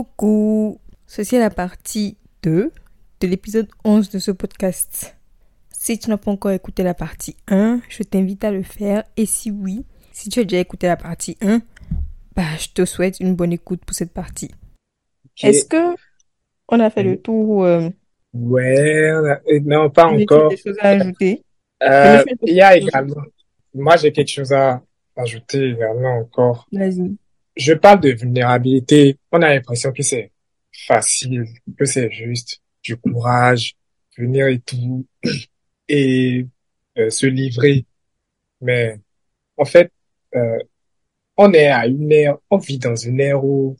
Coucou, ceci est la partie 2 de l'épisode 11 de ce podcast. Si tu n'as pas encore écouté la partie 1, je t'invite à le faire. Et si oui, si tu as déjà écouté la partie 1, je te souhaite une bonne écoute pour cette partie. Ok. Est-ce que on a fait le tour Ouais, non, pas ou tu as des encore. choses à ajouter? Je me suis un peu Il y a perdue. également, moi j'ai quelque chose à ajouter également encore. Vas-y. Je parle de vulnérabilité. On a l'impression que c'est facile, que c'est juste du courage, venir et tout, et se livrer. Mais en fait, euh, on est à une ère, on vit dans une ère où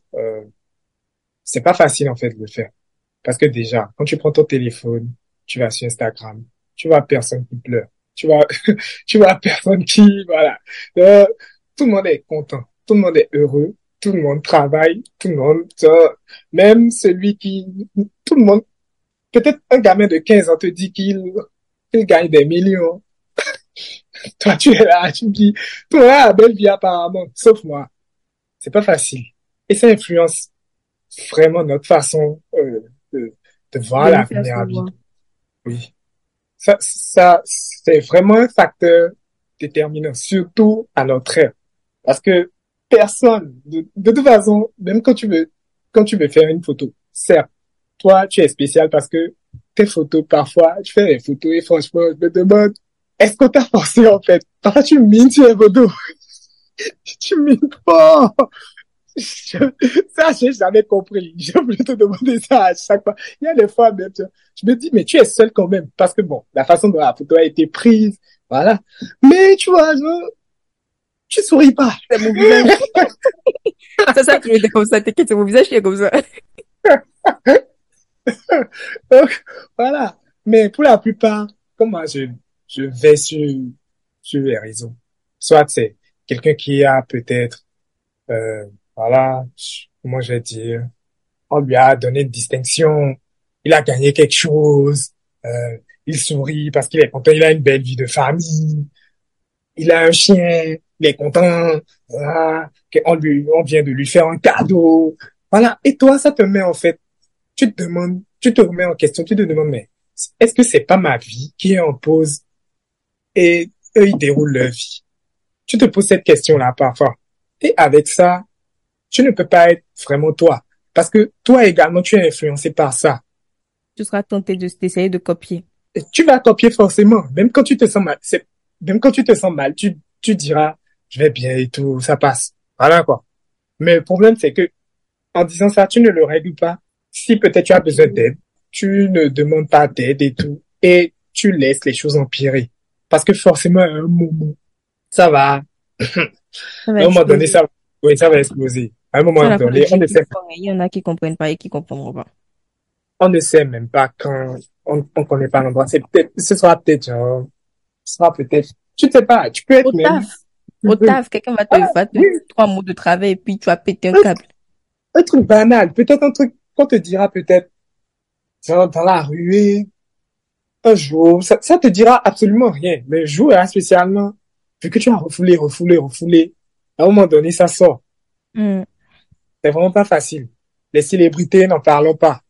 c'est pas facile en fait de le faire. Parce que déjà, quand tu prends ton téléphone, tu vas sur Instagram, tu vois personne qui pleure. Tu vois, tu vois personne qui, voilà. Euh, Tout le monde est content. Tout le monde est heureux. Tout le monde travaille. Tout le monde, même celui qui, tout le monde, peut-être un gamin de 15 ans te dit qu'il gagne des millions. Toi, tu es là, tu me dis, toi, la belle vie apparemment, sauf moi. C'est pas facile. Et ça influence vraiment notre façon, de voir De nous la faire savoir. vulnérabilité. Oui. C'est vraiment un facteur déterminant, surtout à notre ère. Parce que personne, de toute façon, même quand tu veux faire une photo, certes, toi, tu es spécial parce que tes photos, parfois, tu fais des photos et franchement, je me demande, est-ce qu'on t'a forcé, en fait? Parfois, tu mines sur les photos. Tu mines pas. Ça, j'ai jamais compris. J'ai voulu te demander ça à chaque fois. Il y a des fois même, je me dis, mais tu es seul quand même. Parce que bon, la façon dont la photo a été prise, voilà. Mais tu vois, tu souris pas. C'est mon visage. C'est ça qui est comme ça. T'inquiète, c'est mon visage qui est comme ça. Donc, voilà. Mais pour la plupart, comme moi, je vais sur les réseaux. Soit c'est quelqu'un qui a peut-être, euh, voilà, comment je vais dire, on lui a donné une distinction, il a gagné quelque chose, euh, il sourit parce qu'il est content, il a une belle vie de famille, il a un chien, il est content, voilà, on vient de lui faire un cadeau, voilà. Et toi, ça te met en fait, tu te demandes, tu te remets en question, tu te demandes, mais est-ce que c'est pas ma vie qui est en pause et eux, ils déroulent leur vie? Tu te poses cette question-là parfois. Et avec ça, tu ne peux pas être vraiment toi. Parce que toi également, tu es influencé par ça. Tu seras tenté d'essayer de copier. Et tu vas copier forcément. Même quand tu te sens mal, même quand tu te sens mal, tu diras, je vais bien et tout, ça passe. Voilà, quoi. Mais le problème, c'est que, en disant ça, tu ne le règles pas. Si peut-être tu as besoin d'aide, tu ne demandes pas d'aide et tout. Et tu laisses les choses empirer. Parce que forcément, à un moment, ça va, à Ça va un moment donné, exploser. oui, ça va exploser. À un À moment la fin, le donné, Dieu est plus fort. Il y en a qui comprennent pas et qui comprendront pas. on ne sait même pas quand, on connaît pas l'endroit. Ce sera peut-être, genre, ce sera peut-être, tu ne sais pas, tu peux Au être même, taf. Au taf, quelqu'un va te oui, dire trois mots de travail et puis tu vas péter un un, câble. un truc banal, peut-être un truc qu'on te dira peut-être, genre, dans la rue, un jour, ça te dira absolument rien. Mais un jour, hein, spécialement, vu que tu as refoulé, à un moment donné, ça sort. Hmm. C'est vraiment pas facile. Les célébrités, n'en parlons pas.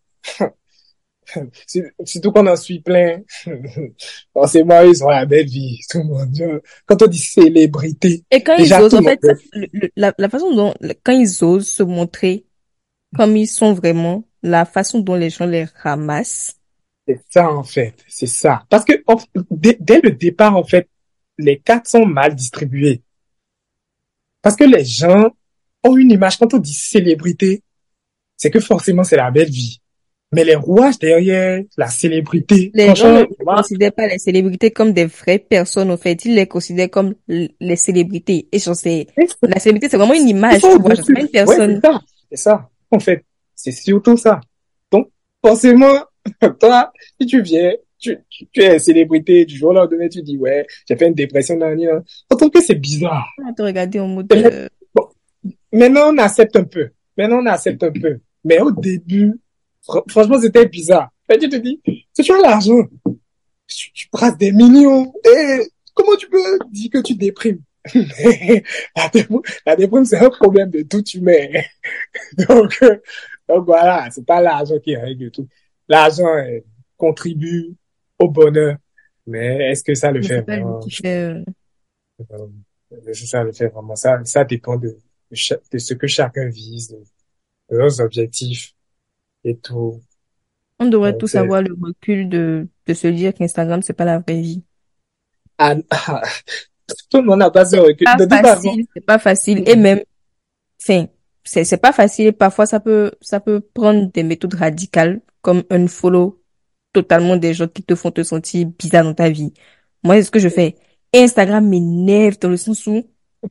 Surtout qu'on en suit plein. Forcément, ils ont la belle vie. Tout le monde. Quand on dit célébrité, Et quand ils déjà, osent, tout en le monde fait, la façon dont, quand ils osent se montrer comme ils sont vraiment, la façon dont les gens les ramassent, c'est ça, en fait. C'est ça. Parce que, dès le départ, en fait, les cartes sont mal distribuées. Parce que les gens ont une image. Quand on dit célébrité, c'est que forcément, c'est la belle vie. Mais les rouages derrière la célébrité, les gens ne franchement, moi, considèrent pas les célébrités comme des vraies personnes, en fait. Ils les considèrent comme les célébrités. Et genre, la célébrité, c'est vraiment une ils image, sont tu vois. Genre, c'est pas au-dessus. une Ouais, c'est personne. ça. C'est ça. En fait, c'est surtout ça. Donc, forcément, toi, si tu viens, tu es célébrité, du jour au lendemain, tu dis, ouais, j'ai fait une dépression dernière. Je trouve que c'est bizarre. On va te regarder en mode, Bon, maintenant, on accepte un peu. Maintenant, on accepte un peu. Mais au début, franchement, c'était bizarre. Et tu te dis, si tu as l'argent, tu brasses des millions, et comment tu peux dire que tu déprimes? La déprime, c'est un problème de tout humain. Donc, Donc voilà, c'est pas l'argent qui règle tout. L'argent contribue au bonheur, mais est-ce que ça le Mais fait c'est pas lui vraiment? qui fait. Euh, Est-ce que ça le fait vraiment? Ça dépend de ce que chacun vise, de leurs objectifs et tout. On devrait Donc tous avoir le recul de se dire qu'Instagram, c'est pas la vraie vie. ah, tout le monde n'a pas ce recul. Pas De toute façon, facile, c'est pas facile. Et même, enfin, c'est pas facile. Parfois, ça peut prendre des méthodes radicales, comme un follow totalement des gens qui te font te sentir bizarre dans ta vie. Moi, c'est ce que je fais. Et Instagram m'énerve dans le sens où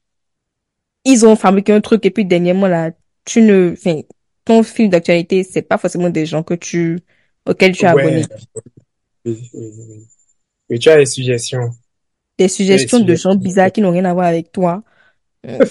ils ont fabriqué un truc et puis dernièrement, là, enfin, ton fil d'actualité, c'est pas forcément des gens auxquels tu es ouais, abonné. oui, oui, oui. Oui, tu as des suggestions. Des Tu as des suggestions de gens suggestions. bizarres qui n'ont rien à voir avec toi. Euh,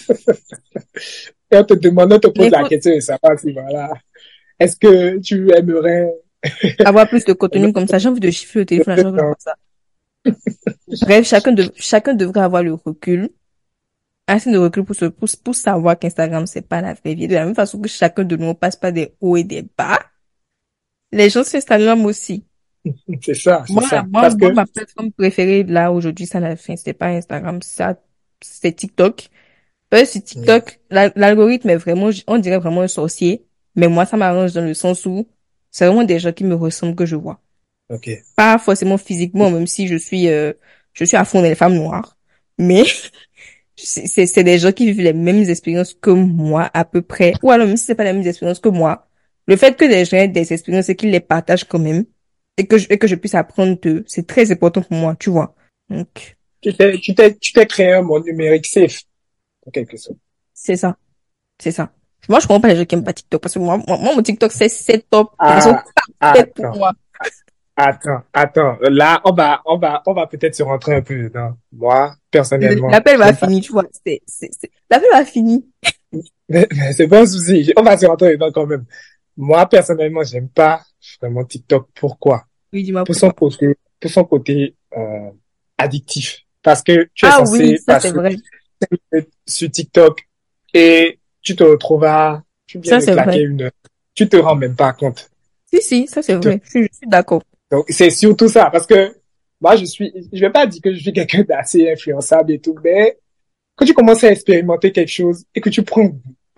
Et on te demande, on te pose Mais il la faut question de savoir si voilà, est-ce que tu aimerais, avoir plus de contenu comme ça. J'ai envie de chiffrer le téléphone à chaque fois que je non, vois ça. Bref, chacun devrait avoir le recul, assez de recul pour savoir qu'Instagram, c'est pas la vraie vie. De la même façon que chacun de nous passe pas des hauts et des bas, les gens sur Instagram aussi. c'est ça. Parce Moi, que, ma plateforme préférée, là, aujourd'hui, ça n'a fin, c'est pas Instagram, ça, c'est TikTok. Parce que sur mm, TikTok, l'algorithme est vraiment, on dirait vraiment un sorcier. Mais moi, ça m'arrange dans le sens où c'est vraiment des gens qui me ressemblent que je vois. ok, Pas forcément physiquement, même si je suis à fond dans les femmes noires. Mais c'est des gens qui vivent les mêmes expériences que moi, à peu près. Ou alors, même si c'est pas les mêmes expériences que moi, le fait que les gens aient des expériences et qu'ils les partagent quand même, et que je puisse apprendre d'eux, c'est très important pour moi, tu vois. Donc, tu t'es créé un monde numérique safe, en quelque sorte. c'est ça, c'est ça. Moi, je comprends pas les gens qui aiment pas TikTok, parce que mon TikTok, c'est top. C'est la façon Ah, parfaite pour attends, moi. attends. Là, on va peut-être se rentrer un peu dedans. Moi, personnellement, L'appel va j'aime pas. finir, tu vois. L'appel va finir. Mais c'est pas un souci. On va se rentrer dedans quand même. Moi, personnellement, j'aime pas vraiment TikTok. Pourquoi? Oui, dis-moi Pour son pourquoi. côté, pour son côté addictif. Parce que tu es Ah oui, censé ça c'est passer vrai. sur TikTok et tu te retrouves à, tu viens Ça de c'est claquer vrai. une heure. Tu te rends même pas compte. Si, si, ça c'est vrai. Je suis d'accord. Donc, c'est surtout ça. Parce que moi, je vais pas dire que je suis quelqu'un d'assez influençable et tout, mais quand tu commences à expérimenter quelque chose et que tu prends,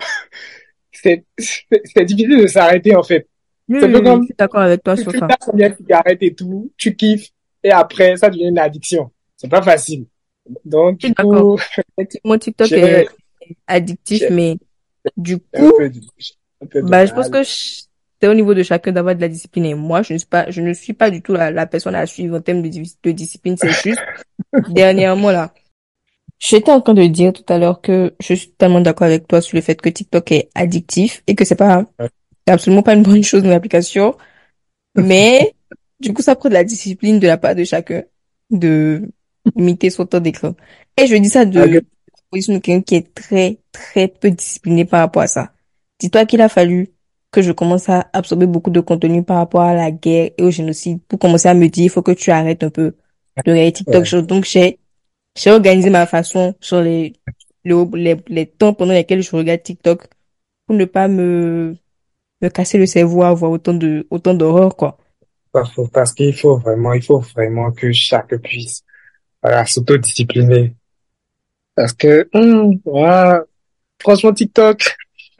c'est difficile de s'arrêter, en fait. Oui, C'est un peu oui, oui, je comme, suis d'accord avec toi tu sur fumes ça. ta première cigarette et tout, tu kiffes, et après, ça devient une addiction. C'est pas facile. Donc, Je suis du d'accord. coup, Effectivement, TikTok est j'ai, addictif, j'ai mais du un coup, peu de, un peu de bah, je pense mal. que c'est au niveau de chacun d'avoir de la discipline. Et moi, je ne suis pas du tout la personne à suivre en termes de discipline. C'est juste, dernièrement, là, j'étais en train de dire tout à l'heure que je suis totalement d'accord avec toi sur le fait que TikTok est addictif et que c'est absolument pas une bonne chose dans l'application. Mais, du coup, ça prend de la discipline de la part de chacun de limiter son temps d'écran. Et je dis ça de la position de quelqu'un qui est très, très peu discipliné par rapport à ça. Dis-toi qu'il a fallu que je commence à absorber beaucoup de contenu par rapport à la guerre et au génocide pour commencer à me dire, il faut que tu arrêtes un peu de regarder TikTok. Ouais, Donc, j'ai organisé ma façon sur les temps pendant lesquels je regarde TikTok pour ne pas me casser le cerveau à voir autant d'horreur, quoi. pas faux, parce il faut vraiment que chacun puisse, voilà, s'autodiscipliner. Parce que, voilà, franchement, TikTok,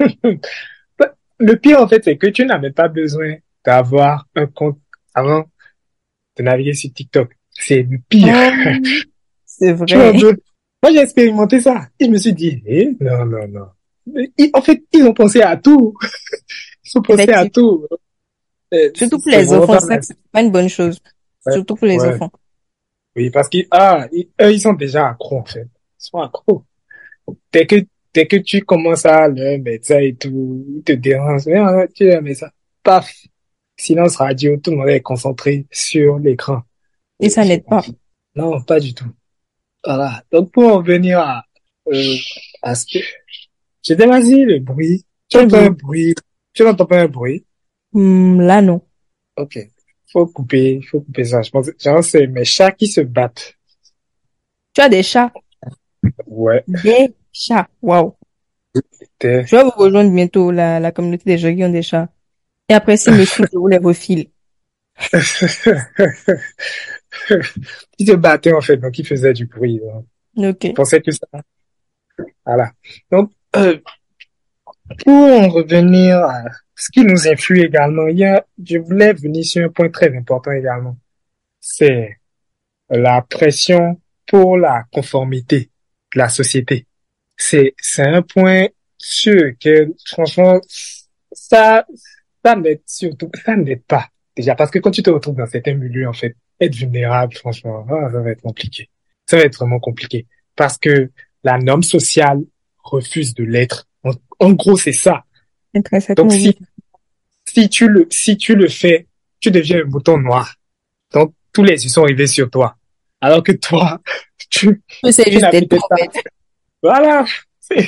le pire, en fait, c'est que tu n'as même pas besoin d'avoir un compte avant de naviguer sur TikTok. C'est le pire. Oh, c'est Tu as vrai. besoin. Moi, j'ai expérimenté ça. Et je me suis dit, non, non, non. Mais en fait, ils ont pensé à tout. Ils ont pensé à Effectivement. tout. Surtout pour C'est les vraiment enfants, pas c'est ça mal. que c'est pas une bonne chose. Ouais, Surtout pour les ouais. enfants. Oui, parce eux, ils sont déjà accros, en fait. Ils sont accros. Dès que, dès que tu commences à leur mettre ça et tout, ils te dérangent. Mais, tu leur mets ça. Paf. Silence radio, tout le monde est concentré sur l'écran. Et ça C'est n'aide pas. compliqué. Non, pas du tout. Voilà. Donc, pour en venir euh, à ce que, j'ai démasqué le bruit. Tu Quel entends un bruit? bruit. Tu n'entends pas un bruit. Là, non. Ok. Il faut couper ça. Je pense, genre, c'est mes chats qui se battent. Tu as des chats. Ouais. Des chats. Waouh. T'es- Je vais vous rejoindre bientôt, la communauté des gens qui ont des chats. Et après, s'ils me suivent, je vous les refile. Qui se battait en fait, donc qui faisait du bruit. Donc. Je Ok. pensais que ça. Voilà. Donc, pour en revenir à ce qui nous influe également, je voulais venir sur un point très important également. C'est la pression pour la conformité de la société. C'est un point sur lequel, franchement, ça, ça n'aide pas. Déjà, parce que quand tu te retrouves dans certains milieux, en fait, être vulnérable, franchement, ça va être compliqué. Ça va être vraiment compliqué. Parce que la norme sociale refuse de l'être. En gros, c'est ça. Donc, Intrinsèquement, oui. si tu le fais, tu deviens un mouton noir. Donc, tous les yeux sont rivés sur toi. Alors que toi, C'est tu juste n'as d'être peut-être toi, en pas. fait. Voilà. C'est,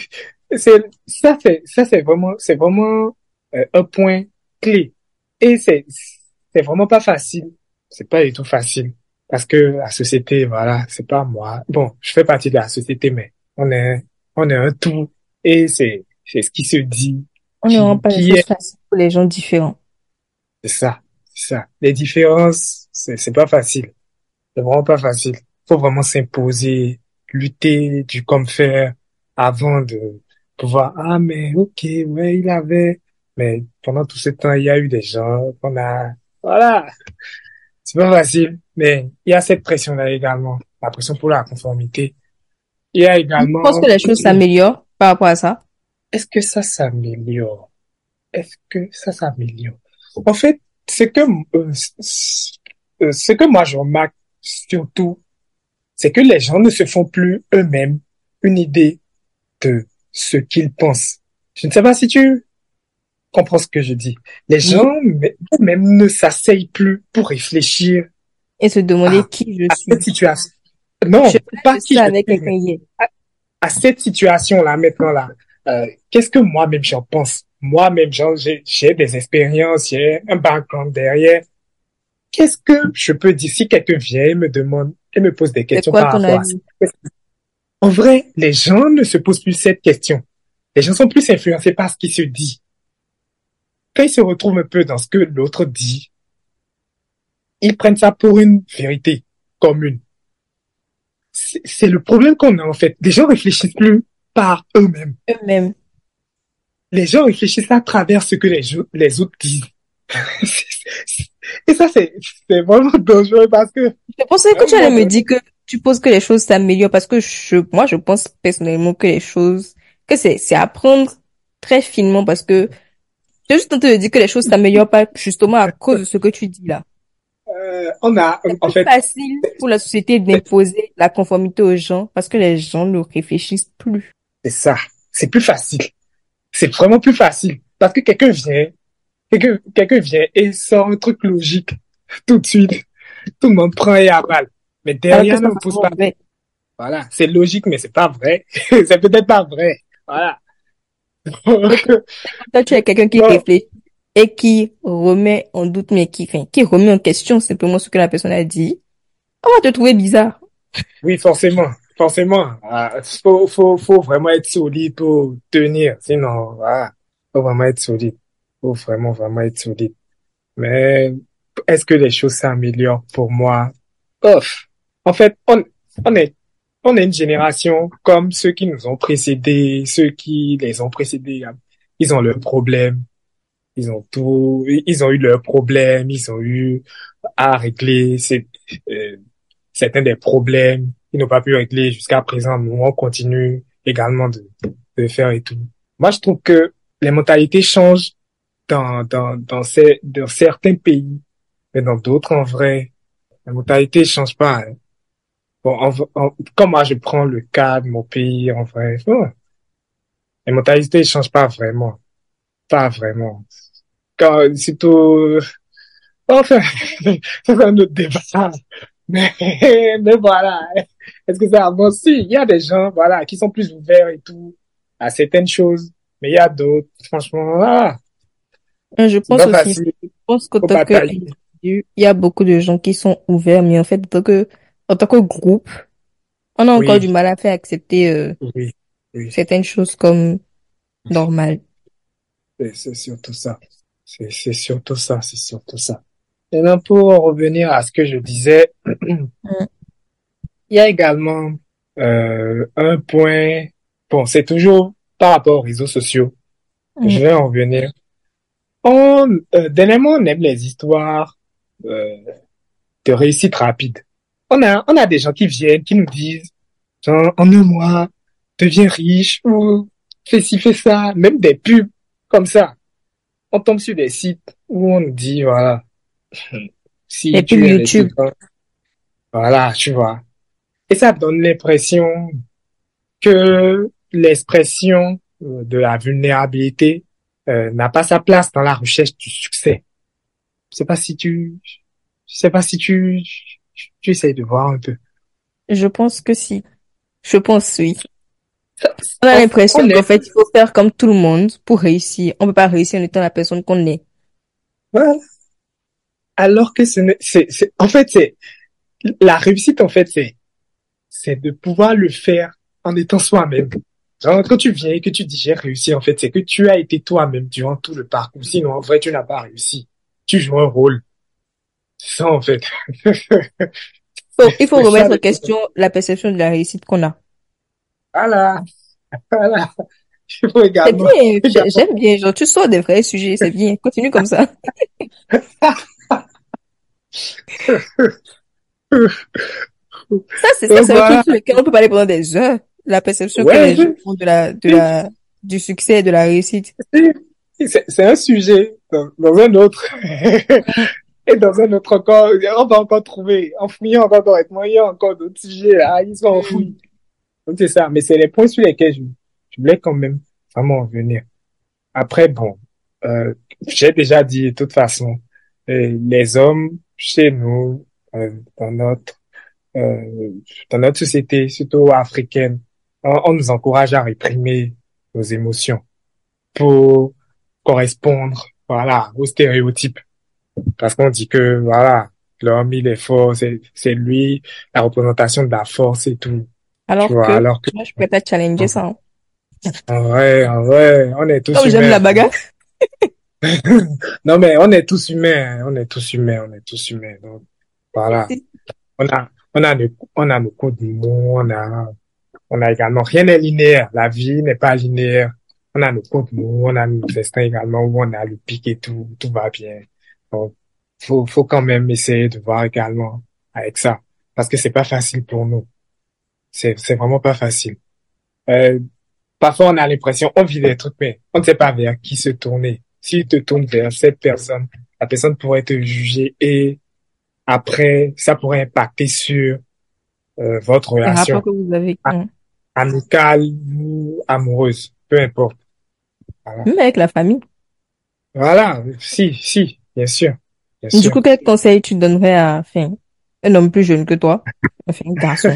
c'est vraiment un point clé. Et c'est vraiment pas facile. C'est pas du tout facile. Parce que la société, voilà, c'est pas moi. Bon, je fais partie de la société, mais on est un tout. Et c'est ce qui se dit, On ne rend pas les qui choses est, faciles pour les gens différents. c'est ça, c'est ça. Les différences, c'est pas facile. C'est vraiment pas facile. Faut vraiment s'imposer, lutter du comme faire avant de pouvoir, ah, mais ok, ouais, il avait, mais pendant tout ce temps, il y a eu des gens qu'on a, voilà. C'est pas facile, mais il y a cette pression-là également. La pression pour la conformité. Il y a Je pense que également, les choses s'améliorent par rapport à ça. est-ce que ça s'améliore? Est-ce que ça s'améliore? En fait, ce que moi je remarque surtout, c'est que les gens ne se font plus eux-mêmes une idée de ce qu'ils pensent. Je ne sais pas si tu comprends ce que je dis. Les Oui. gens eux-mêmes ne s'asseyent plus pour réfléchir Et se demander à, qui je à cette suis. situation. Je Non, parlais pas de qui ça je avec suis, quelqu'un mais hier. à cette situation-là, maintenant là. Qu'est-ce que moi-même j'en pense? Moi-même, genre, j'ai des expériences, j'ai un background derrière. Qu'est-ce que je peux dire si quelqu'un vient et me demande et me pose des C'est questions quoi par ton rapport à ça? avis? En vrai, les gens ne se posent plus cette question. Les gens sont plus influencés par ce qui se dit. Quand ils se retrouvent un peu dans ce que l'autre dit, ils prennent ça pour une vérité commune. C'est le problème qu'on a en fait. Les gens réfléchissent plus par eux-mêmes. Eux-mêmes. Les gens réfléchissent à travers ce que les autres disent. Et ça, c'est vraiment dangereux parce que, Je pensais à que un tu allais moment me donné, dire que tu penses que les choses s'améliorent parce que moi, je pense personnellement que que c'est à prendre très finement parce que j'ai juste tenté de dire que les choses s'améliorent pas justement à cause de ce que tu dis là. on a, C'est en plus fait, facile pour la société d'imposer la conformité aux gens parce que les gens ne réfléchissent plus. c'est ça. C'est plus facile. C'est vraiment plus facile. Parce que quelqu'un vient et sort un truc logique tout de suite. Tout le monde prend et avale. Mais Alors que derrière, c'est ne pas me pose forcément pas. vrai. Voilà. C'est logique, mais c'est pas vrai. C'est peut-être pas vrai. Voilà. Et quand toi, tu es quelqu'un qui Non. réfléchit et qui remet en doute, mais qui remet en question simplement ce que la personne a dit, on va te trouver bizarre. Oui, forcément. Forcément. Faut vraiment être solide pour tenir. Sinon, voilà. Faut vraiment être solide. Faut vraiment, vraiment être solide. Mais est-ce que les choses s'améliorent pour moi? Ouf. En fait, on est, on est une génération comme ceux qui nous ont précédés, ceux qui les ont précédés. Ils ont leurs problèmes. Ils ont tout, ils ont eu leurs problèmes. Ils ont eu à régler euh, certains des problèmes. Ils n'ont pas pu régler jusqu'à présent. Nous, on continue également de faire et tout. Moi, je trouve que les mentalités changent dans certains pays, mais dans d'autres, en vrai, la mentalité ne change pas. Hein. Bon, comme moi, je prends le cas de mon pays, en vrai, bon, les mentalités ne changent pas vraiment. Pas vraiment. Surtout, enfin, c'est un autre débat. Mais, mais voilà. Est-ce que ça avance? Si, il y a des gens, voilà, qui sont plus ouverts et tout, à certaines choses. Mais il y a d'autres, franchement, ah, Je c'est pense pas aussi, facile. je pense qu'en Faut tant batailler. qu'individu, il y a beaucoup de gens qui sont ouverts, mais en fait, en tant que groupe, on a encore du Oui, mal à faire accepter, oui, oui. certaines choses comme Normal. C'est surtout ça. C'est surtout ça, c'est surtout ça. Maintenant, pour revenir à ce que je disais, Mm, il y a également un point, bon, c'est toujours par rapport aux réseaux sociaux. Je mm, vais en revenir. Dernièrement, on aime les histoires euh, de réussite rapide. On a des gens qui viennent, qui nous disent, genre, en un mois, deviens riche, ou fais ci, fais ça, même des pubs comme ça. On tombe sur des sites où on nous dit, voilà, Les si pubs tu investis YouTube. dans, voilà, tu vois. Et ça donne l'impression que l'expression de la vulnérabilité n'a pas sa place dans la recherche du succès. Je sais pas si tu, je sais pas si tu essayes de voir un peu. Je pense que si. Je pense oui. Ça- On a On, l'impression on qu'en est, fait, il faut faire comme tout le monde pour réussir. On peut pas réussir en étant la personne qu'on est. voilà. Alors que en fait, la réussite, en fait, c'est de pouvoir le faire en étant soi-même. Genre, quand tu viens et que tu dis j'ai réussi, en fait, c'est que tu as été toi-même durant tout le parcours. Sinon, en vrai, tu n'as pas réussi. Tu joues un rôle. C'est ça, en fait. Il faut C'est ça remettre en le question la perception de la réussite qu'on a. Voilà, voilà. Il faut C'est également, bien. également. J'aime bien. Genre, tu sors des vrais sujets. C'est bien. Continue comme ça. Ça, Donc c'est un truc voilà. sur lequel on peut parler pendant des heures. La perception que Ouais, les gens ont du succès et de la réussite. c'est un sujet dans un autre. Mm, Et dans un autre encore, on va encore trouver, en fouillant, on va encore être moyen, encore d'autres sujets, là, ils sont mm. enfouis. Donc c'est ça, mais c'est les points sur lesquels je voulais quand même vraiment en venir. Après, bon, euh, j'ai déjà dit, de toute façon, les hommes, chez nous, euh, dans notre, euh, dans notre société, surtout africaine, on nous encourage à réprimer nos émotions pour correspondre, voilà, aux stéréotypes. Parce qu'on dit que, voilà, l'homme, il est fort, c'est lui, la représentation de la force et tout. Tu Alors vois, que, alors que, moi, je peux pas challenger ça, hein. en vrai, on est tous Comme j'aime la humains. bagarre. Non, mais on est tous humains, hein, on est tous humains, on est tous humains. Donc, voilà. On a nos codes mots, on a également, rien n'est linéaire. La vie n'est pas linéaire. On a nos codes mots, on a nos destins également où on a le pic et tout va bien. Donc, faut quand même essayer de voir également avec ça. Parce que c'est pas facile pour nous. C'est vraiment pas facile. Euh, Parfois, on a l'impression, on vit des trucs, mais on ne sait pas vers qui se tourner. Si tu te tournes vers cette personne, la personne pourrait te juger et après, ça pourrait impacter sur votre Les rapports relation que vous avez. Mm. amicale ou amoureuse, peu importe. Voilà. Même avec la famille. Voilà. Si, bien sûr, bien Du sûr. coup, quel conseil tu donnerais à, enfin, un homme plus jeune que toi? Enfin, un garçon.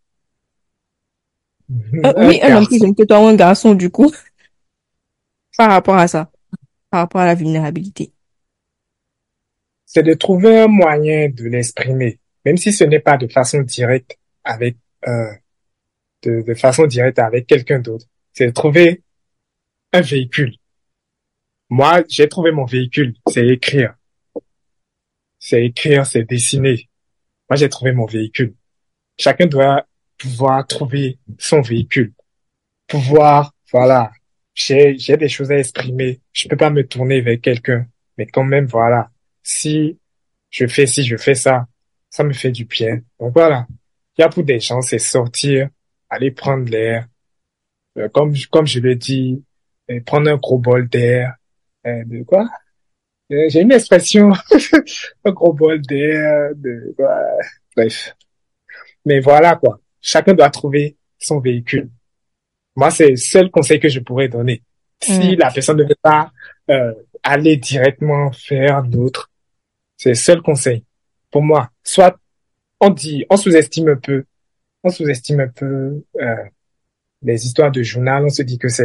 Un Oui, un homme plus garçon, jeune que toi ou un garçon, du coup, par rapport à ça, par rapport à la vulnérabilité. c'est de trouver un moyen de l'exprimer, même si ce n'est pas de façon directe avec, euh, de façon directe avec quelqu'un d'autre. C'est de trouver un véhicule. Moi, j'ai trouvé mon véhicule, c'est écrire. C'est écrire, c'est dessiner. Moi, j'ai trouvé mon véhicule. Chacun doit pouvoir trouver son véhicule. Pouvoir, voilà. J'ai des choses à exprimer. Je peux pas me tourner vers quelqu'un. Mais quand même, voilà. Si je fais ça, ça me fait du bien. Donc voilà. Il y a pour des gens, c'est sortir, aller prendre l'air. Comme je le dis, prendre un gros bol d'air. De quoi? J'ai une expression, un gros bol d'air, bref. Mais voilà, quoi. Chacun doit trouver son véhicule. Moi, c'est le seul conseil que je pourrais donner. Si Mm. la personne ne veut pas euh, aller directement faire d'autres, c'est le seul conseil pour moi. Soit on sous-estime un peu les histoires de journal. On se dit que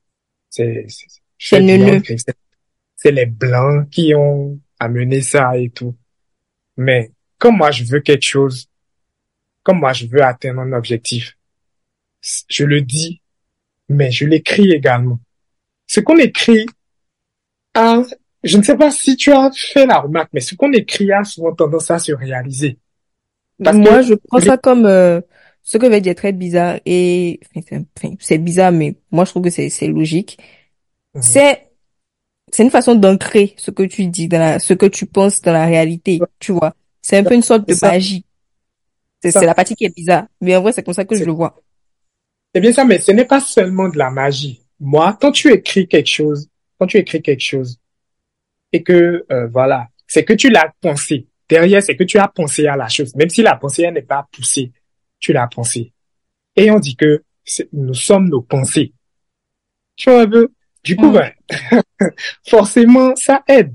je C'est vais dire, neuneux. ok, c'est les blancs qui ont amené ça et tout. Mais comme moi, je veux quelque chose, comme moi, je veux atteindre un objectif, je le dis, mais je l'écris également. ce qu'on écrit a, je ne sais pas si tu as fait la remarque, mais ce qu'on écrit a souvent tendance à se réaliser. Parce Moi, que, je prends ça comme ce que veut dire très bizarre et c'est bizarre, mais moi je trouve que c'est logique. Mhm. C'est c'est une façon d'ancrer ce que tu dis ce que tu penses dans la réalité, tu vois. C'est un peu une sorte C'est de ça, magie. C'est ça, la partie qui est bizarre, mais en vrai c'est comme ça que je c'est le vois. c'est bien ça, mais ce n'est pas seulement de la magie. Moi, quand tu écris quelque chose, et que, voilà, c'est que tu l'as pensé. Derrière, c'est que tu as pensé à la chose. Même si la pensée, elle n'est pas poussée, tu l'as pensé. Et on dit que nous sommes nos pensées. Tu vois un peu? Du coup, Mm. ben, forcément, ça aide.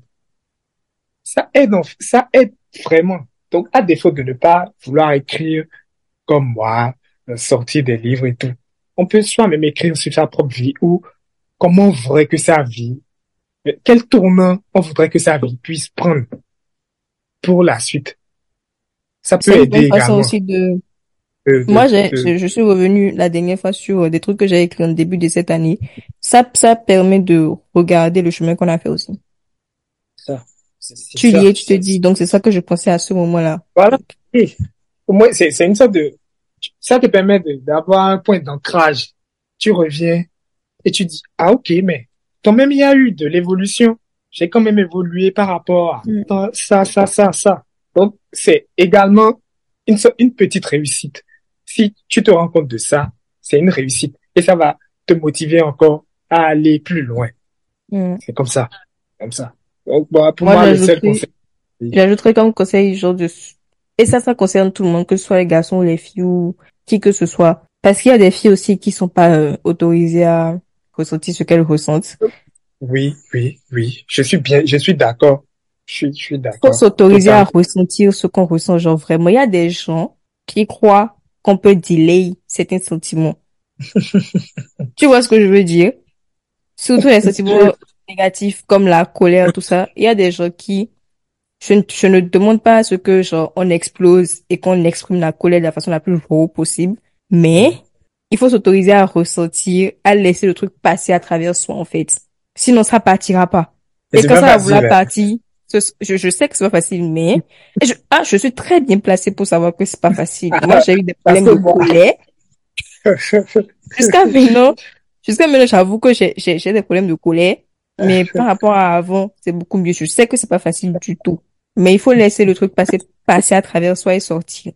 Ça aide vraiment. Donc, à défaut de ne pas vouloir écrire comme moi, sortir des livres et tout, on peut soi-même écrire sur sa propre vie ou comment on voudrait que sa vie, quel tournant on voudrait que sa vie puisse prendre pour la suite. Ça peut C'est une aider bonne façon également aussi de... de, de, Moi, de- je suis revenue la dernière fois sur des trucs que j'ai écrits au début de cette année. Ça permet de regarder le chemin qu'on a fait aussi. ça. C'est Tu lis ça. et tu te dis, donc c'est ça que je pensais à ce moment-là. Voilà. Et pour moi, c'est une sorte de, ça te permet d'avoir un point d'ancrage. Tu reviens et tu dis, ah, ok, mais quand même, il y a eu de l'évolution. J'ai quand même évolué par rapport Mm. à ça. Donc, c'est également une petite réussite. Si tu te rends compte de ça, c'est une réussite. Et ça va te motiver encore à aller plus loin. Mm. C'est comme ça. Comme ça. Donc, bah, pour Moi, moi, le seul conseil, oui. j'ajouterais comme conseil, genre et ça concerne tout le monde, que ce soit les garçons ou les filles ou qui que ce soit. Parce qu'il y a des filles aussi qui sont pas autorisées à ressentir ce qu'elles ressentent. Oui. Je suis d'accord. Je suis Faut d'accord. s'autoriser à Totalement. ressentir ce qu'on ressent, genre vraiment. Il y a des gens qui croient qu'on peut delay certains sentiments. Tu vois ce que je veux dire? Surtout les sentiments négatifs comme la colère, tout ça. Il y a des gens qui je ne demande pas à ce que, genre, on explose et qu'on exprime la colère de la façon la plus raw possible, mais il faut s'autoriser à ressentir, à laisser le truc passer à travers soi, en fait. Sinon, ça partira pas. Et Et c'est quand pas ça va vouloir facile, hein. partir, je sais que c'est pas facile, mais je suis très bien placée pour savoir que c'est pas facile. Moi, j'ai eu des Parce problèmes que de moi, colère. Jusqu'à maintenant, jusqu'à maintenant, j'avoue que j'ai des problèmes de colère, mais par rapport à avant, c'est beaucoup mieux. Je sais que c'est pas facile du tout, mais il faut laisser le truc passer à travers soi et sortir.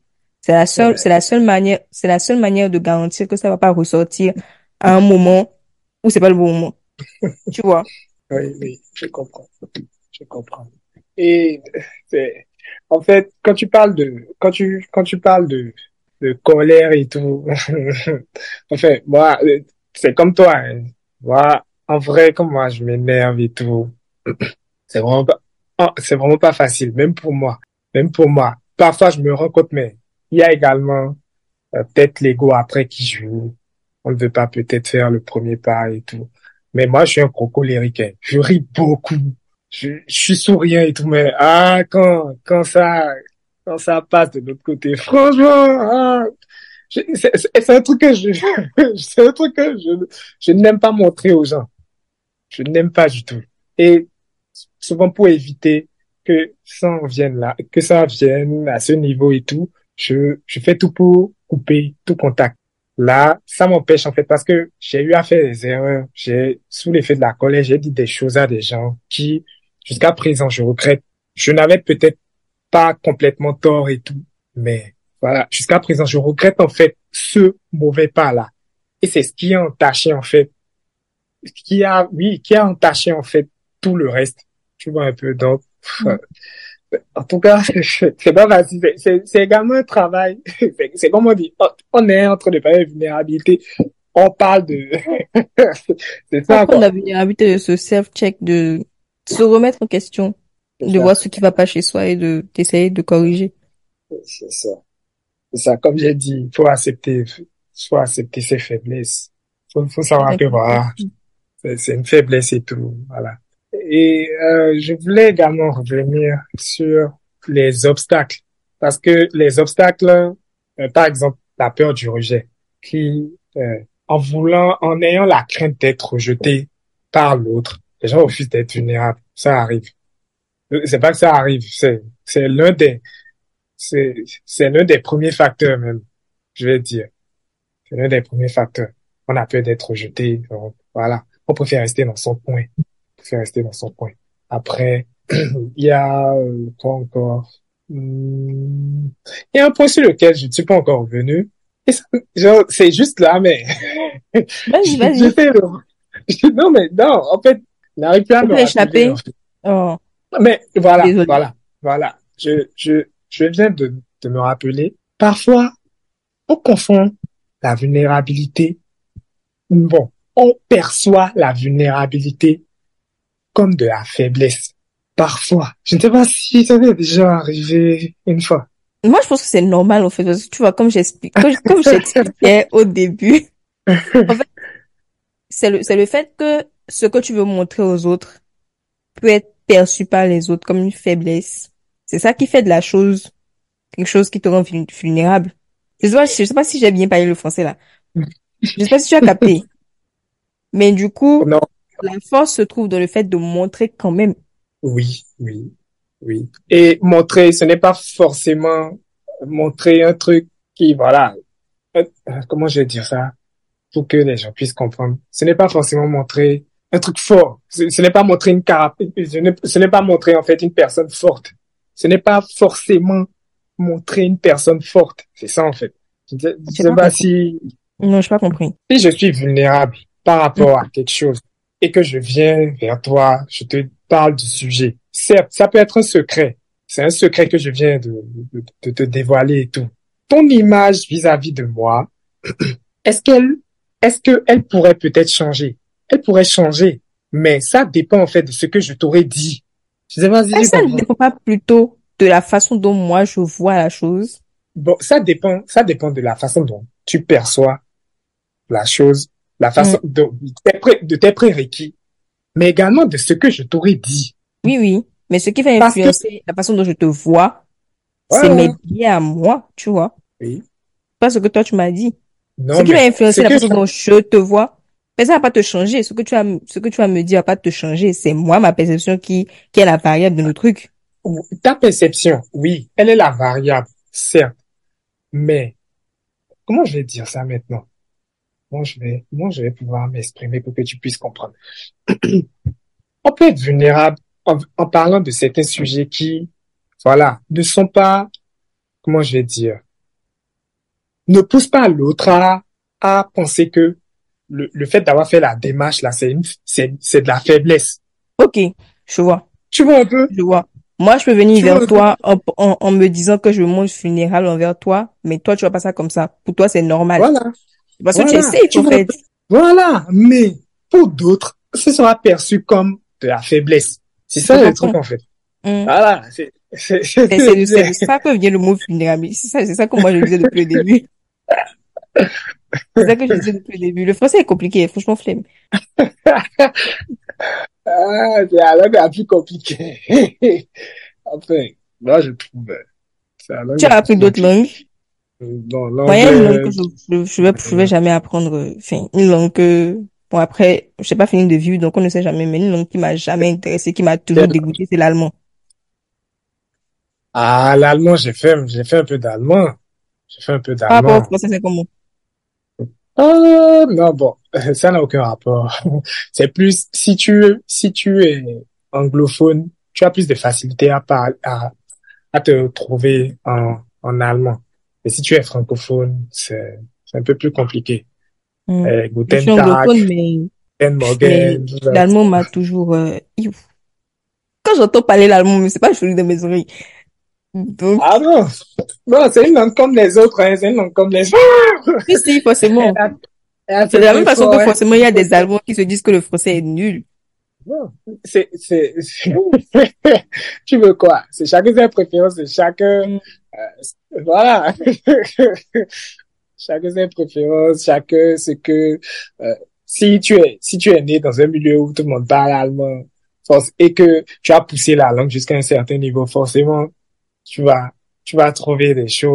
C'est la seule manière de garantir que ça va pas ressortir à un moment où c'est pas le bon moment. Tu vois? oui, je comprends. Je comprends. Et c'est, en fait, quand tu parles de colère et tout, enfin, moi, c'est comme toi, hein. Moi, en vrai, comme moi, je m'énerve et tout. C'est vraiment pas, c'est vraiment pas facile, même pour moi. Même pour moi. Parfois, je me rends compte, mais il y a également, peut-être l'ego après qui joue. On ne veut pas peut-être faire le premier pas et tout. Mais moi, je suis un gros colérique, hein. Je ris beaucoup. Je suis souriant et tout, mais quand ça passe de l'autre côté, franchement, c'est un truc que c'est un truc que je n'aime pas montrer aux gens. Je n'aime pas du tout. Et souvent pour éviter que ça en vienne là, que ça vienne à ce niveau et tout, je fais tout pour couper tout contact. Là, ça m'empêche en fait parce que j'ai eu à faire des erreurs. Sous l'effet de la colère, j'ai dit des choses à des gens qui, jusqu'à présent, je regrette. Je n'avais peut-être pas complètement tort et tout, mais voilà, jusqu'à présent, je regrette en fait ce mauvais pas là. Et c'est ce qui a entaché en fait qui a entaché en fait tout le reste. Tu vois un peu. Donc, Mm. en tout cas, c'est pas facile. C'est également un travail. C'est comme on dit, on est en train de parler de vulnérabilité. On parle de, c'est ça Apprendre quoi. la vulnérabilité, de ce self-check, de se remettre en question, C'est de ça, voir ce qui va pas chez soi et d'essayer de corriger. c'est ça, c'est ça. Comme j'ai dit, faut accepter ses faiblesses. Faut Très savoir que important. voilà, c'est une faiblesse et tout. Voilà. Et je voulais également revenir sur les obstacles. Parce que les obstacles, par exemple, la peur du rejet, qui, en ayant la crainte d'être rejeté, par l'autre. Les gens refusent d'être vulnérables. Ça arrive. C'est pas que ça arrive, c'est c'est, c'est l'un des premiers facteurs même, je vais dire. C'est l'un des premiers facteurs. On a peur d'être rejeté. Donc, voilà. On préfère rester dans son coin. On préfère rester dans son coin. Après, il y a, quoi encore? Il y a un point sur lequel je ne suis pas encore revenu. Et ça, genre, c'est juste là, mais Vas-y, vas-y. j'essaie de... Non, mais non, en fait, je n'arrive plus à Tu me peux rappeler, en échapper. fait. Oh, Mais voilà, désolée. voilà. Je viens de me rappeler. Parfois, on confond la vulnérabilité. Bon, on perçoit la vulnérabilité comme de la faiblesse. Parfois. Je ne sais pas si ça t'est déjà arrivé une fois. Moi, je pense que c'est normal, en fait, parce que tu vois, comme j'expliquais au début, en fait, c'est le fait que ce que tu veux montrer aux autres peut être perçu par les autres comme une faiblesse. C'est ça qui fait de la chose quelque chose qui te rend vulnérable. Je sais pas si j'ai bien parlé le français là. Je sais pas si tu as capté. Mais du coup, Non, la force se trouve dans le fait de montrer quand même. oui, oui. Et montrer, ce n'est pas forcément montrer un truc qui, voilà, comment je vais dire ça? Pour que les gens puissent comprendre. Ce n'est pas forcément montrer un truc fort. Ce n'est pas montrer une ce n'est pas montrer en fait une personne forte. Ce n'est pas forcément montrer une personne forte. C'est ça en fait. Je J'ai sais pas pas compris. si, Non, j'ai pas compris. si je suis vulnérable par Mm. rapport à quelque chose et que je viens vers toi, je te parle du sujet. Certes, ça peut être un secret. C'est un secret que je viens de te dévoiler et tout. Ton image vis-à-vis de moi, est-ce qu'elle, est-ce qu'elle pourrait peut-être changer? Elle pourrait changer, mais ça dépend en fait de ce que je t'aurais dit. Je sais pas si Est-ce tu que ça ne comprends. dépend pas plutôt de la façon dont moi je vois la chose? Bon, ça dépend de la façon dont tu perçois la chose, la Mm. façon de tes prérequis, mais également de ce que je t'aurais dit. Oui, oui. Mais ce qui va Parce que, influencer la façon dont je te vois, c'est mes voilà, biais à moi, tu vois. oui, Pas ce que toi tu m'as dit. Ce non, qui va mais influencer la façon dont je te vois, mais ça va pas te changer. Ce que tu vas me dire va pas te changer. C'est moi, ma perception qui est la variable de nos trucs. ta perception, oui, elle est la variable, certes, mais comment je vais dire ça maintenant? Comment je vais pouvoir m'exprimer pour que tu puisses comprendre? On peut être vulnérable en parlant de certains sujets qui, voilà, ne sont pas, comment je vais dire, ne poussent pas l'autre à penser que le fait d'avoir fait la démarche là, c'est de la faiblesse. Ok, je vois, Tu vois un peu? je vois. Moi, je peux venir Tu vois vers un peu? toi en me disant que je me montre vulnérable envers toi, mais toi, tu vois pas ça comme ça. Pour toi, c'est normal. Voilà, Parce que tu es voilà, safe, tu en vois un fait. peu? Voilà, mais pour d'autres, ce sera perçu comme de la faiblesse. C'est Je ça le truc comprends. en fait. Hmm. Voilà, C'est de ça que vient le mot vulnérable. C'est ça que moi, je disais depuis le début. C'est ça que je disais depuis le début. Le français est compliqué, franchement, flemme. ah, c'est la langue la plus compliquée. Enfin, moi je trouve, c'est la langue Tu la as plus appris d'autres langues. compliquée. Dans Moi, il y a une langue l'anglais, que je vais jamais apprendre. Enfin, une langue que, bon, après, je sais pas fini de vivre, donc on ne sait jamais, mais une langue qui m'a jamais intéressé, qui m'a toujours dégoûté, c'est l'allemand. ah, l'allemand, j'ai fait un peu d'allemand. J'ai fait un peu Par rapport au d'allemand. français, c'est comment? Ah, non, bon, ça n'a aucun rapport. C'est plus, si tu es anglophone, tu as plus de facilité à te trouver en allemand. Et si tu es francophone, c'est un peu plus compliqué. Hmm. Je suis Guten Tag, anglophone, Guten mais Morgen, tout ça. l'allemand m'a toujours, quand j'entends parler l'allemand, mais c'est pas joli dans mes oreilles. Ah Donc, non, non, c'est une langue comme les autres, hein, c'est une langue comme les autres. oui, si, Elle forcément. a, elle a C'est de ses la même points façon forts, que hein. forcément, il y a des Allemands qui se disent que le français est nul. Non, tu veux quoi? C'est chacun ses préférences, c'est chacun, Hmm. voilà. Chacun ses préférences, chacun ce que, euh, si tu es né dans un milieu où tout le monde parle allemand, et que tu as poussé la langue jusqu'à un certain niveau, forcément, tu vas, tu vas trouver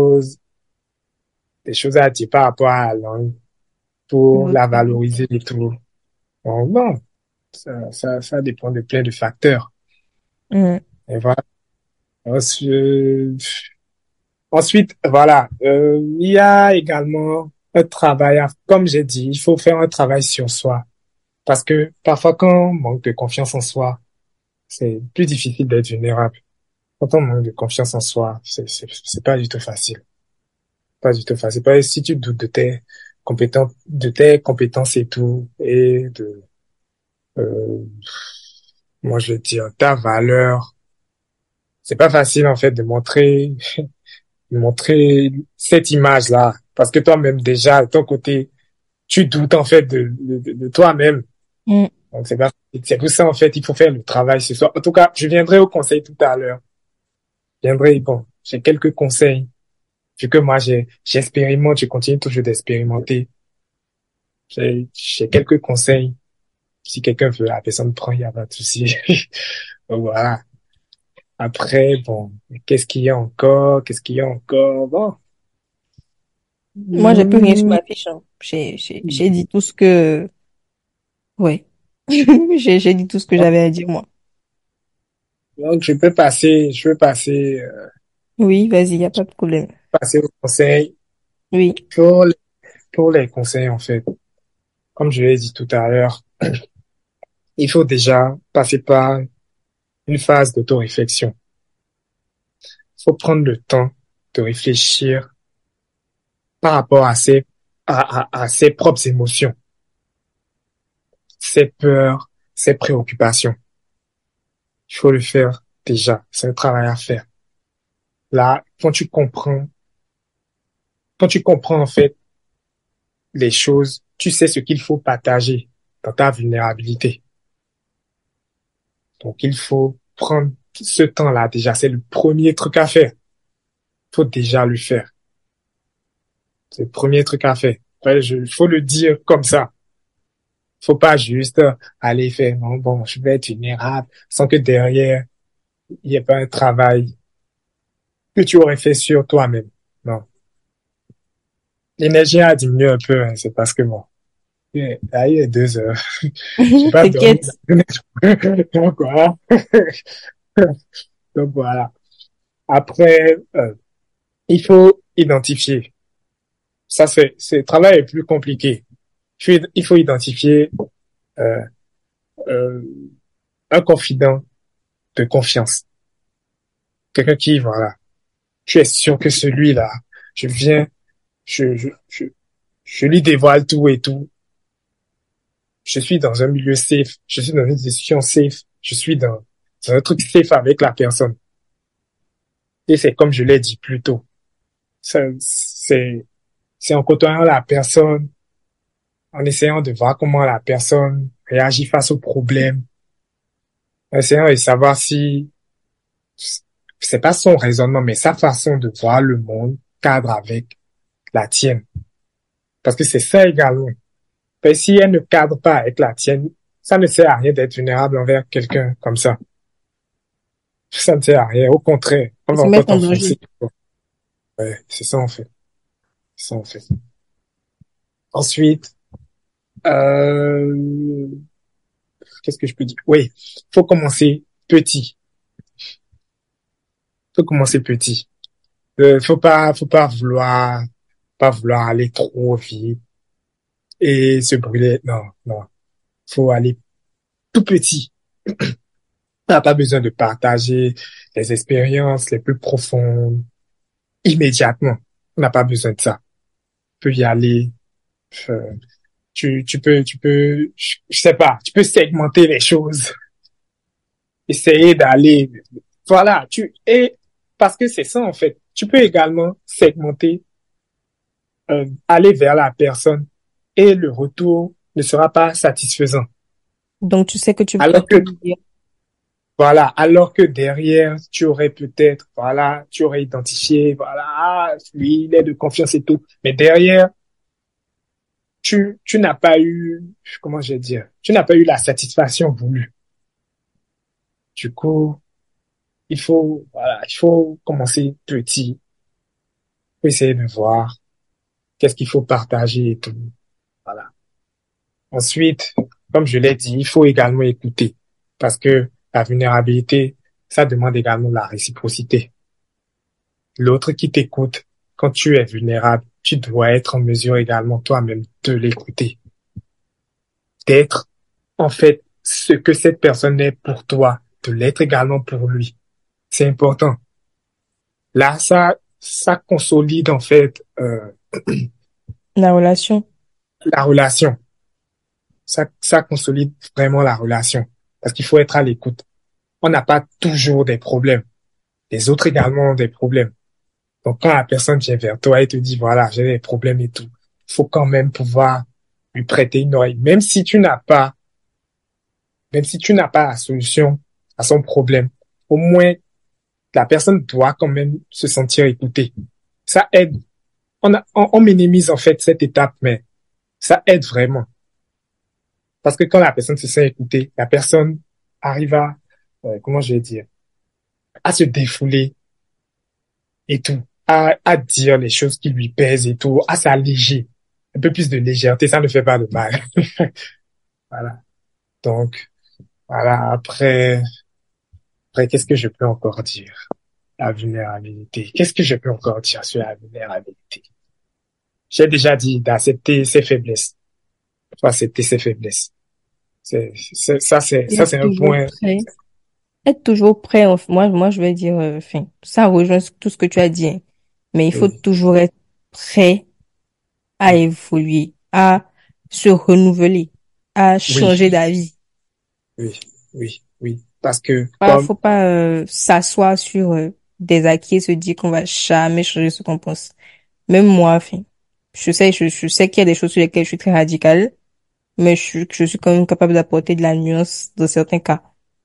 des choses à dire par rapport à la langue pour la Ok. valoriser et tout. Donc, bon. Ça dépend de plein de facteurs. Mhm. Et voilà. Ensuite, ensuite, voilà, il y a également un travail, comme j'ai dit, il faut faire un travail sur soi. Parce que parfois, quand on manque de confiance en soi, c'est plus difficile d'être vulnérable. Quand on manque de confiance en soi, c'est pas du tout facile. Pas du tout facile. Parce que si tu doutes de tes compétences et tout, et de, euh, moi je veux dire, ta valeur, c'est pas facile en fait de montrer cette image-là. Parce que toi-même déjà, de ton côté, tu doutes en fait de toi-même. Mhm. Donc c'est pour ça en fait, il faut faire le travail ce soir. En tout cas, je viendrai au conseil tout à l'heure. Je viendrai, bon, j'ai quelques conseils. Vu que moi j'expérimente, je continue toujours d'expérimenter. J'ai quelques conseils. Si quelqu'un veut, la personne prend, il n'y a pas de souci. Donc voilà. Après, bon, qu'est-ce qu'il y a encore? Qu'est-ce qu'il y a encore? Bon. Moi, j'ai plus rien sur Hmm, ma fiche, hein. J'ai dit tout ce que, ouais. J'ai dit tout ce que j'avais à dire, moi. donc, je peux passer, Oui, vas-y, y a pas de problème. passer au conseil. Oui. Pour, les- pour les conseils, en fait, comme je l'ai dit tout à l'heure, il faut déjà passer par une phase d'autoréflexion. Il faut prendre le temps de réfléchir par rapport à ses propres émotions, ses peurs, ses préoccupations. Il faut le faire déjà. C'est un travail à faire. Là, quand tu comprends en fait les choses, tu sais ce qu'il faut partager dans ta vulnérabilité. Donc, il faut prendre ce temps-là déjà. C'est le premier truc à faire. Il faut déjà le faire. C'est le premier truc à faire. Ouais, faut le dire comme ça. Faut pas juste aller faire, non, bon, je vais être vulnérable sans que derrière, il n'y ait pas un travail que tu aurais fait sur toi-même. Non. L'énergie a diminué un peu, hein, c'est parce que bon, là, il est 2 heures. J'ai pas dormi. T'inquiète. Donc voilà. Donc voilà. Après, il faut identifier. Ça, le travail est plus compliqué. Il faut identifier euh, euh, un confident de confiance. Quelqu'un qui, voilà, tu es sûr que celui-là, je viens, je, je, je, je lui dévoile tout et tout. Je suis dans un milieu safe. Je suis dans une discussion safe. Je suis dans un truc safe avec la personne. Et c'est comme je l'ai dit plus tôt. Ça, c'est en côtoyant la personne, en essayant de voir comment la personne réagit face au problème, en essayant de savoir si c'est pas son raisonnement, mais sa façon de voir le monde cadre avec la tienne. Parce que c'est ça également. Mais si elle ne cadre pas avec la tienne, ça ne sert à rien d'être vulnérable envers quelqu'un comme ça. Ça ne sert à rien. Au contraire, on Et va se encore mettre en danger. t'enfoncer. Ouais, c'est ça en fait. C'est ça en fait. Ensuite, euh, qu'est-ce que je peux dire? Oui, faut commencer petit. Faut commencer petit. Pas vouloir aller trop vite et se brûler. Non, non. Faut aller tout petit. On n'a pas besoin de partager les expériences les plus profondes immédiatement. On n'a pas besoin de ça. Tu peux y aller. euh, je sais pas, tu peux segmenter les choses. Essayer d'aller, voilà, parce que c'est ça en fait. Tu peux également segmenter, aller vers la personne et le retour ne sera pas satisfaisant. Donc, tu sais que tu vas Alors que tout lui dire. Voilà, alors que derrière, tu aurais peut-être, voilà, tu aurais identifié, voilà, ah, lui, il est de confiance et tout. Mais derrière, tu n'as pas eu, comment je vais dire, tu n'as pas eu la satisfaction voulue. Du coup, voilà, il faut commencer petit, faut essayer de voir qu'est-ce qu'il faut partager et tout. Voilà. Ensuite, comme je l'ai dit, il faut également écouter parce que la vulnérabilité, ça demande également la réciprocité. L'autre qui t'écoute, quand tu es vulnérable, tu dois être en mesure également toi-même de l'écouter, d'être en fait ce que cette personne est pour toi, de l'être également pour lui. C'est important. Là, ça consolide en fait La relation. la relation. Ça consolide vraiment la relation parce qu'il faut être à l'écoute. On n'a pas toujours des problèmes. Les autres également ont des problèmes. Donc, quand la personne vient vers toi et te dit, voilà, j'ai des problèmes et tout, faut quand même pouvoir lui prêter une oreille. Même si tu n'as pas la solution à son problème, au moins, la personne doit quand même se sentir écoutée. Ça aide. On minimise en fait cette étape, mais ça aide vraiment. Parce que quand la personne se sent écoutée, la personne arrive à, comment je vais dire, à se défouler et tout, à dire les choses qui lui pèsent et tout, à s'alléger. Un peu plus de légèreté, ça ne fait pas de mal. Voilà. Donc, voilà. Après, qu'est-ce que je peux encore dire? La vulnérabilité. Qu'est-ce que je peux encore dire sur la vulnérabilité? J'ai déjà dit d'accepter ses faiblesses. Faut accepter ses faiblesses. Et Ça, c'est un point. être toujours prêt. Moi, je vais dire, enfin, ça rejoint tout ce que tu as dit, hein. Mais il faut Oui, toujours être prêt à oui, évoluer, à se renouveler, à oui, changer d'avis. oui, oui, oui. Parce que, Faut pas s'asseoir sur des acquis et se dire qu'on va jamais changer ce qu'on pense. Même moi, enfin, je sais qu'il y a des choses sur lesquelles je suis très radicale, mais je suis quand même capable d'apporter de la nuance dans certains cas.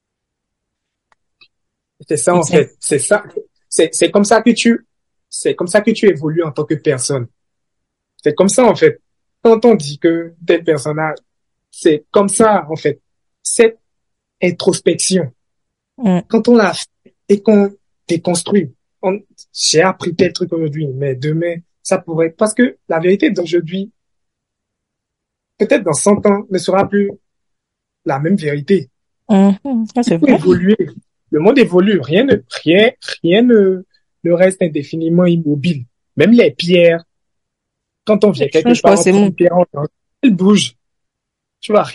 c'est ça, Et en fait. C'est ça. C'est comme ça que c'est comme ça que tu évolues en tant que personne. C'est comme ça, en fait. Quand on dit que tel personnage, c'est comme ça, en fait. Cette introspection, Mm. quand on l'a fait et qu'on déconstruit, j'ai appris tel truc aujourd'hui, mais demain, ça pourrait, parce que la vérité d'aujourd'hui, peut-être dans 100 ans, ne sera plus la même vérité. Mhm. Ça, Il c'est faut vrai. évoluer. Le monde évolue. Rien ne reste indéfiniment immobile. Même les pierres, quand on Je vient quelque change part, on prend forcément. une pierre, elle bouge. Tu vois,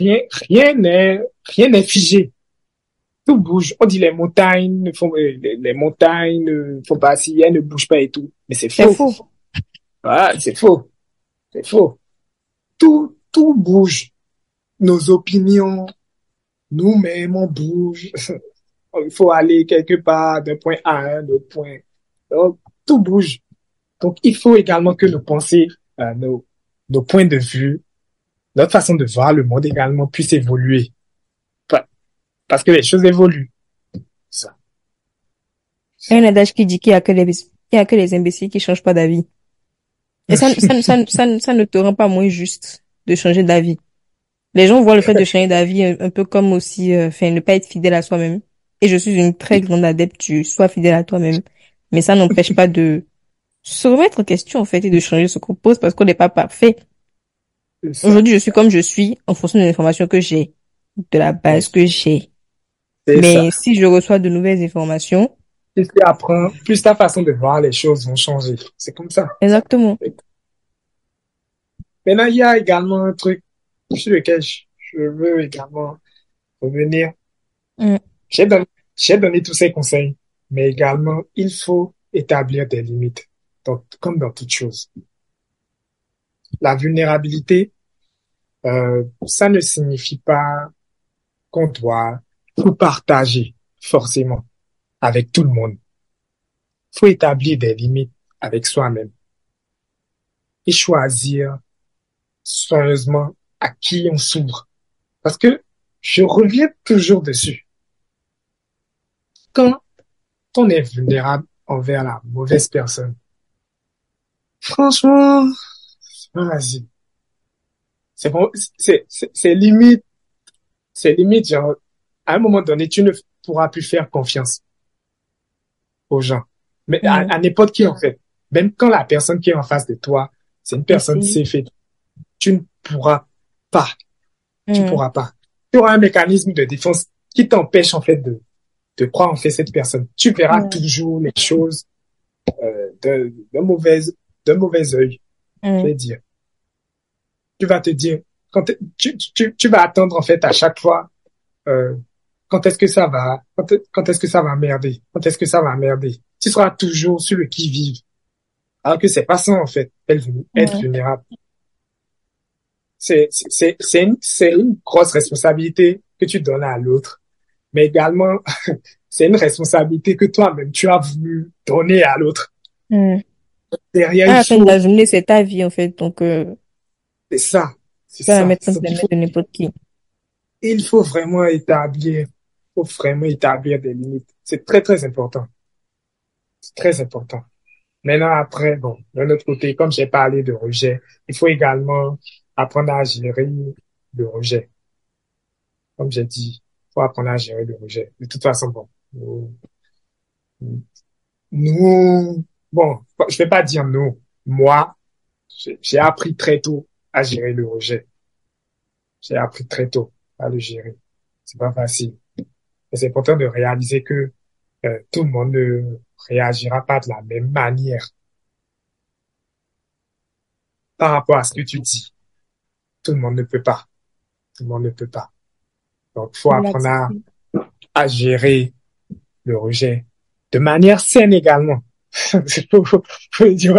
rien n'est figé. Tout bouge. On dit les montagnes ne font pas si, elles ne bougent pas et tout. Mais c'est C'est faux. faux. Voilà, c'est faux. C'est faux. Tout bouge. Nos opinions, nous-mêmes, on bouge. Il faut aller quelque part d'un point A à un autre point. Donc, tout bouge. Donc, il faut également que nos pensées, nos points de vue, notre façon de voir le monde également puisse évoluer. Parce que les choses évoluent. Ça. Il y a un adage qui dit qu'il y a que les imbéciles qui changent pas d'avis. Et ça ne te rend pas moins juste de changer d'avis. Les gens voient le fait de changer d'avis un peu comme aussi, enfin, ne pas être fidèle à soi-même. Et je suis une très grande adepte du sois fidèle à toi-même. Mais ça n'empêche pas de se remettre en question, en fait, et de changer ce qu'on pose parce qu'on n'est pas parfait. C'est ça. Aujourd'hui, je suis comme je suis en fonction de l'information que j'ai, de la base Oui, que j'ai. c'est ça. Mais si je reçois de nouvelles informations, Plus tu apprends, plus ta façon de voir les choses vont changer. C'est comme ça. exactement. Maintenant, il y a également un truc sur lequel je veux également revenir. Mm. J'ai donné, j'ai donné tous ces conseils, mais également, il faut établir des limites. Donc, comme dans toute chose. La vulnérabilité, ça ne signifie pas qu'on doit tout partager forcément avec tout le monde. Il faut établir des limites avec soi-même et choisir soigneusement à qui on s'ouvre. Parce que je reviens toujours dessus. Quand on est vulnérable envers la mauvaise personne, franchement, vas-y. C'est bon, c'est limite, genre, à un moment donné, tu ne pourras plus faire confiance aux gens. Mais Mm. à n'importe qui, en fait. Même quand la personne qui est en face de toi, c'est une personne Essayer. safe, tu ne pourras pas. Tu Mm. pourras pas. tu auras un mécanisme de défense qui t'empêche en fait de croire en fait cette personne. Tu verras Mm. toujours les choses d'un mauvais œil, je Mm. vais dire. Tu vas te dire, tu vas attendre en fait à chaque fois, euh, quand est-ce que ça va, quand est-ce que ça va merder, quand est-ce que ça va merder. Tu seras toujours sur le qui-vive. Alors que c'est pas ça en fait, être Mm. vulnérable. C'est une grosse responsabilité que tu donnes à l'autre, mais également, c'est une responsabilité que toi-même tu as voulu donner à l'autre. Mm. Derrière, À il la fin de faut, la journée, c'est ta vie, en fait. Donc, c'est ça, c'est tu vas la ça. mettre entre Donc les mains de n'importe qui. il faut vraiment faut vraiment établir des limites. C'est très, très important. C'est très important. Maintenant, après, bon, d'un autre côté, comme j'ai parlé de rejet, il faut également apprendre à gérer le rejet. Comme j'ai dit, il faut apprendre à gérer le rejet. De toute façon, bon, nous, bon, je vais pas dire nous. Moi, j'ai appris très tôt à gérer le rejet. J'ai appris très tôt à le gérer. C'est pas facile. Et c'est important de réaliser que tout le monde ne réagira pas de la même manière par rapport à ce que tu dis. Tout le monde ne peut pas. Tout le monde ne peut pas. Donc, il faut Faut apprendre l'accepter. à gérer le rejet de manière saine également. Faut le dire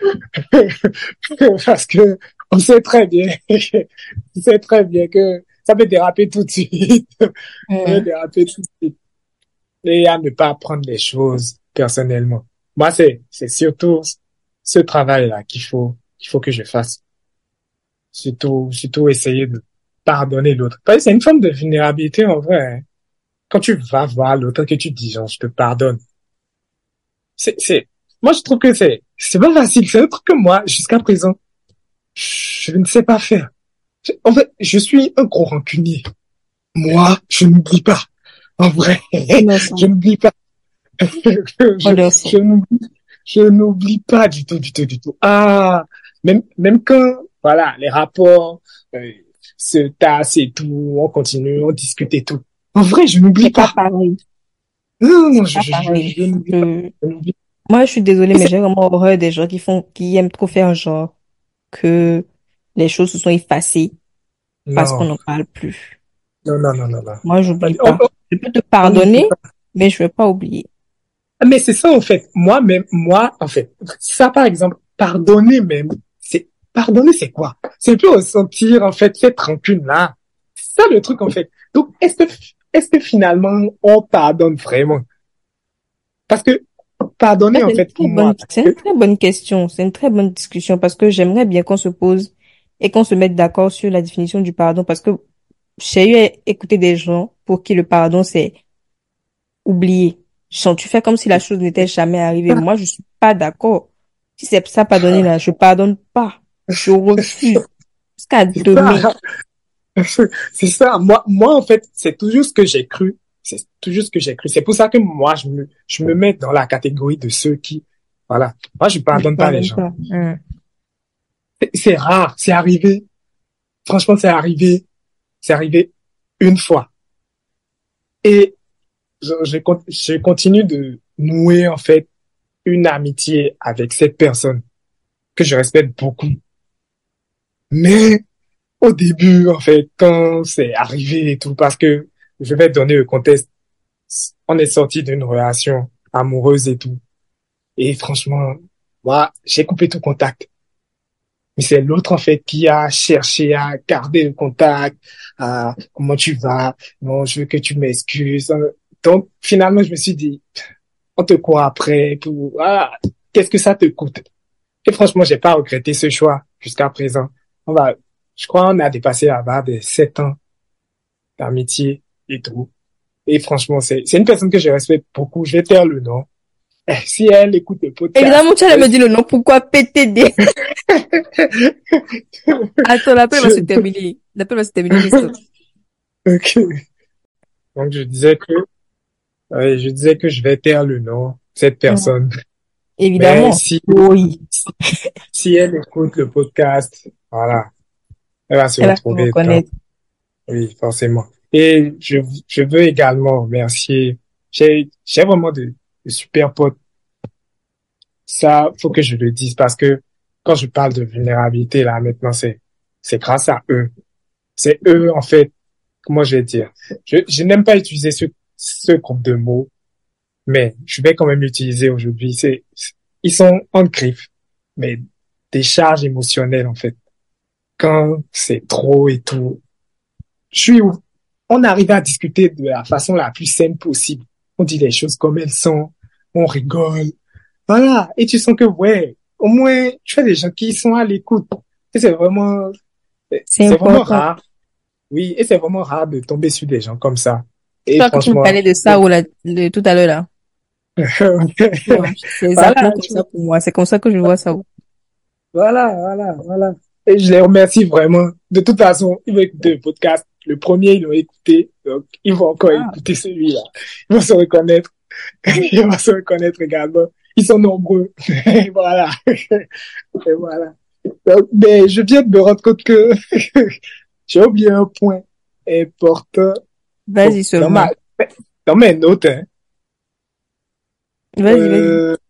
parce que on sait très bien, on sait très bien que ça peut déraper tout de suite. Ça peut Mm. déraper tout de suite. Et à ne pas prendre les choses personnellement. Moi, c'est surtout ce travail-là qu'il faut que je fasse. Surtout essayer de pardonner l'autre. Parce que c'est une forme de vulnérabilité en vrai, hein. Quand tu vas voir l'autre, que tu dis, genre, je te pardonne. C'est, moi, je trouve que c'est pas facile. C'est un truc que moi, jusqu'à présent, je ne sais pas faire. En fait, je suis un gros rancunier. Moi, je n'oublie pas. En vrai, On leur sent. je n'oublie pas. On Je, leur sent. je n'oublie pas du tout, du tout, du tout. Ah, même quand, voilà, les rapports se tassent et tout, on continue, on discute et tout. En vrai, je n'oublie C'est pas pas. pareil. Non, non, C'est pas pareil. je n'oublie pas. Je- Je n'oublie Moi, je suis désolée, pas. mais j'ai vraiment horreur des gens qui aiment trop faire genre que les choses se sont effacées parce qu'on Non, n'en parle plus. non, non, non, non, non. Moi, j'oublie On, pas. on, Je peux te on n'oublie pardonner, pas. mais je vais pas oublier. Mais c'est ça, en fait. Moi, en fait, ça, par exemple, pardonner, c'est quoi? C'est plus ressentir, en fait, cette rancune-là. C'est ça le truc, en fait. Donc, est-ce que finalement, on pardonne vraiment? Parce que Ça, pardonner, en fait, pour moi, c'est une très bonne question. C'est une très bonne discussion parce que j'aimerais bien qu'on se pose et qu'on se mette d'accord sur la définition du pardon parce que j'ai eu à écouter des gens pour qui le pardon, c'est oublier. Genre, tu fais comme si la chose n'était jamais arrivée. Moi, je suis pas d'accord. Si c'est ça, pardonner là, je pardonne pas. Je refuse. Jusqu'à c'est demain. ça. C'est ça. Moi, en fait, c'est toujours ce que j'ai cru. C'est toujours ce que j'ai cru. C'est pour ça que moi, je me mets dans la catégorie de ceux qui, voilà. Moi, je Je pardonne pas les pardonne gens. pas. Hein. C'est rare. C'est arrivé. Franchement, c'est arrivé. C'est arrivé une fois. Et je continue de nouer, en fait, une amitié avec cette personne que je respecte beaucoup. Mais, au début, en fait, quand c'est arrivé et tout, parce que je vais donner le contexte, on est sorti d'une relation amoureuse et tout. Et franchement, moi, j'ai coupé tout contact. Mais c'est l'autre, en fait, qui a cherché à garder le contact, à comment tu vas, non, je veux que tu m'excuses. Donc, finalement, je me suis dit, on te court après, tout, ah, qu'est-ce que ça te coûte? Et franchement, j'ai pas regretté ce choix jusqu'à présent. Je crois, on a dépassé la barre des 7 ans d'amitié et tout. Et franchement, c'est une personne que je respecte beaucoup. Je vais taire le nom. Si elle écoute le podcast, Évidemment, tu allais me dire le nom. Pourquoi PTD? Attends, l'appel va se je, terminer. L'appel va se terminer, mais stop. ok. Donc, je disais que je vais taire le nom, de cette Hum. personne. Mais Évidemment. Oui. si elle écoute le podcast, voilà, elle va se Elle va se retrouver reconnaître. oui, forcément. Et je veux également remercier, j'ai vraiment de super potes. Ça, faut que je le dise parce que quand je parle de vulnérabilité, là, maintenant, c'est grâce à eux. C'est eux, en fait, comment je vais dire. Je n'aime pas utiliser ce groupe de mots, mais je vais quand même l'utiliser aujourd'hui. Ils sont en griffe, mais des charges émotionnelles, en fait. Quand c'est trop et tout, je suis, on arrive à discuter de la façon la plus simple possible. On dit les choses comme elles sont, on rigole. Voilà. Et tu sens que, ouais, au moins, tu as des gens qui sont à l'écoute. Et C'est c'est vraiment important. rare. Oui, et c'est vraiment rare de tomber sur des gens comme ça. Je Et crois que tu me franchement, parlais de ça ou tout à l'heure là. Ouais, c'est exactement voilà, comme ça pour moi. C'est comme ça que je vois ça. voilà. Et je les remercie vraiment. De toute façon, ils vont écouter le podcast. Le premier, ils l'ont écouté. Donc, ils vont encore Ah. écouter celui-là. Ils vont se reconnaître. Ils vont se reconnaître également. Ils sont nombreux. Et voilà. Et voilà. Donc, mais je viens de me rendre compte que j'ai oublié un point important. Bon, Vas-y seulement. dans mes notes, hein, Vas-y. euh,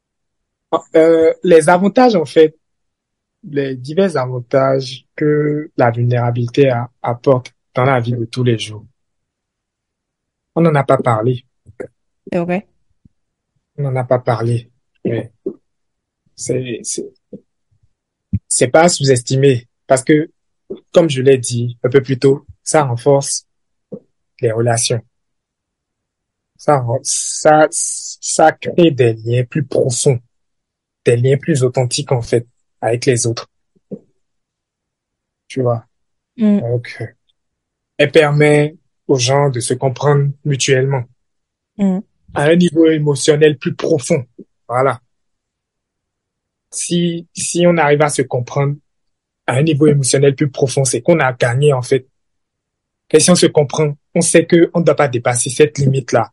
les avantages, en fait, les divers avantages que la vulnérabilité apporte dans la vie de tous les jours. On n'en a pas parlé. C'est vrai. On n'en a pas parlé. Mais c'est, c'est, c'est pas à sous-estimer. Parce que, comme je l'ai dit un peu plus tôt, ça renforce les relations. Ça crée des liens plus profonds, des liens plus authentiques, en fait, avec les autres. Tu vois. Mm, Donc, elle permet aux gens de se comprendre mutuellement mm. à un niveau émotionnel plus profond. Voilà. Si on arrive à se comprendre à un niveau émotionnel plus profond, c'est qu'on a gagné, en fait. Et si on se comprend, on sait que on ne doit pas dépasser cette limite-là.